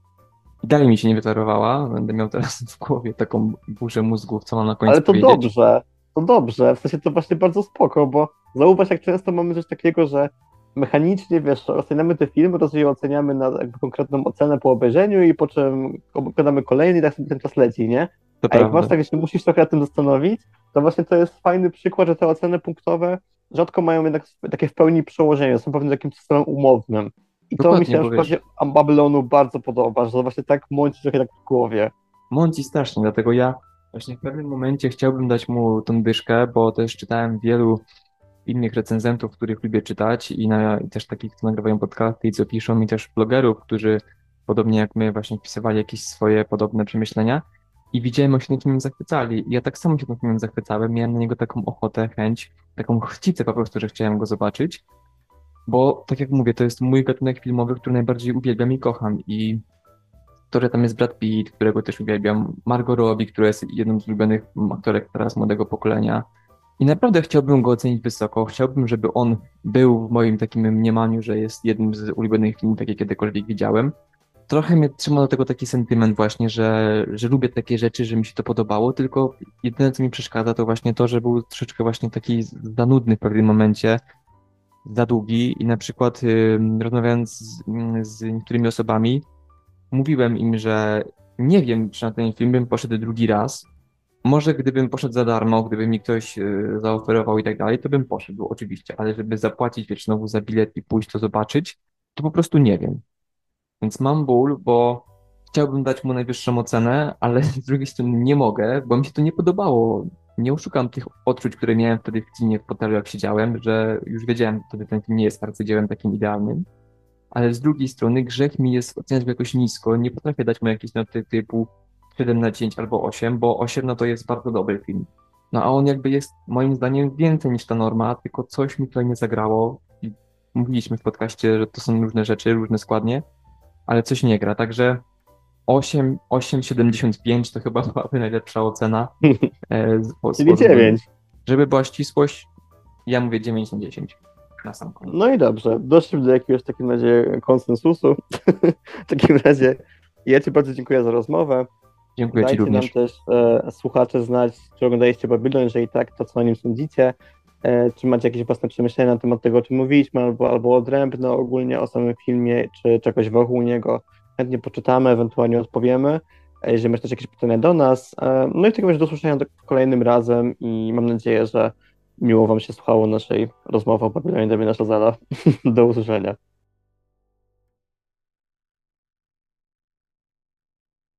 I dalej mi się nie wyklarowała. Będę miał teraz w głowie taką burzę mózgów, co mam na koniec Ale to powiedzieć. dobrze, to dobrze, w sensie to właśnie bardzo spoko, bo zauważ, jak często mamy coś takiego, że mechanicznie, wiesz, oceniamy te filmy, to sobie oceniamy na jakby konkretną ocenę po obejrzeniu i po czym opowiadamy kolejny i tak sobie ten czas leci, nie? To A jak masz prawda. tak, że się musisz trochę nad tym zastanowić, to właśnie to jest fajny przykład, że te oceny punktowe rzadko mają jednak takie w pełni przełożenie, są pewnym takim systemem umownym. I to mi się Dokładnie, na bo przykład wiesz, Babylonu bardzo podoba, że to właśnie tak mąci trochę tak w głowie. mąci strasznie, dlatego ja właśnie w pewnym momencie chciałbym dać mu tą dyszkę, bo też czytałem wielu innych recenzentów, których lubię czytać i, na, i też takich, co nagrywają podcasty i co piszą, i też blogerów, którzy podobnie jak my właśnie wpisywali jakieś swoje podobne przemyślenia i widziałem, jak się tym filmem zachwycali. I ja tak samo się tym filmem zachwycałem, miałem na niego taką ochotę, chęć, taką chcicę po prostu, że chciałem go zobaczyć, bo tak jak mówię, to jest mój gatunek filmowy, który najbardziej uwielbiam i kocham i to, że tam jest Brad Pitt, którego też uwielbiam, Margot Robbie, która jest jedną z ulubionych aktorek teraz młodego pokolenia. I naprawdę chciałbym go ocenić wysoko. Chciałbym, żeby on był w moim takim mniemaniu, że jest jednym z ulubionych filmów, jakie kiedykolwiek widziałem. Trochę mnie trzyma do tego taki sentyment właśnie, że, że lubię takie rzeczy, że mi się to podobało, tylko jedyne, co mi przeszkadza, to właśnie to, że był troszeczkę właśnie taki za nudny w pewnym momencie, za długi i na przykład y, rozmawiając z, z niektórymi osobami, mówiłem im, że nie wiem, czy na ten film bym poszedł drugi raz. Może gdybym poszedł za darmo, gdyby mi ktoś y, zaoferował i tak dalej, to bym poszedł, oczywiście, ale żeby zapłacić, wiesz, znowu za bilet i pójść to zobaczyć, to po prostu nie wiem. Więc mam ból, bo chciałbym dać mu najwyższą ocenę, ale z drugiej strony nie mogę, bo mi się to nie podobało. Nie oszukam tych odczuć, które miałem wtedy w kinie, w fotelu, jak siedziałem, że już wiedziałem, że wtedy ten film nie jest arcydziełem takim idealnym. Ale z drugiej strony grzech mi jest oceniać go jakoś nisko. Nie potrafię dać mu jakieś noty typu siedem na dziesięć albo osiem, bo osiem no to jest bardzo dobry film. No a on jakby jest moim zdaniem więcej niż ta norma, tylko coś mi tutaj nie zagrało. I mówiliśmy w podcaście, że to są różne rzeczy, różne składnie, ale coś nie gra. Także osiem, osiem siedemdziesiąt pięć to chyba byłaby najlepsza ocena. E, z, z Czyli powodu- dziewięć. Żeby była ścisłość, ja mówię dziewięć na dziesięć na sam koniec. No i dobrze, doszliśmy do jakiegoś w takim razie konsensusu. W takim razie ja Ci bardzo dziękuję za rozmowę. Dziękuję Ci Dajcie nam również. też e, słuchacze znać, czy oglądaliście Babylon, jeżeli tak, to co o nim sądzicie. E, czy macie jakieś własne przemyślenia na temat tego, o czym mówiliśmy, albo, albo odrębne ogólnie o samym filmie, czy czegoś wokół niego. Chętnie poczytamy, ewentualnie odpowiemy. E, jeżeli macie też jakieś pytania do nas. E, no i w takim razie do usłyszenia do, kolejnym razem i mam nadzieję, że miło Wam się słuchało naszej rozmowy o Babylonie Damiana Chazella. Do usłyszenia.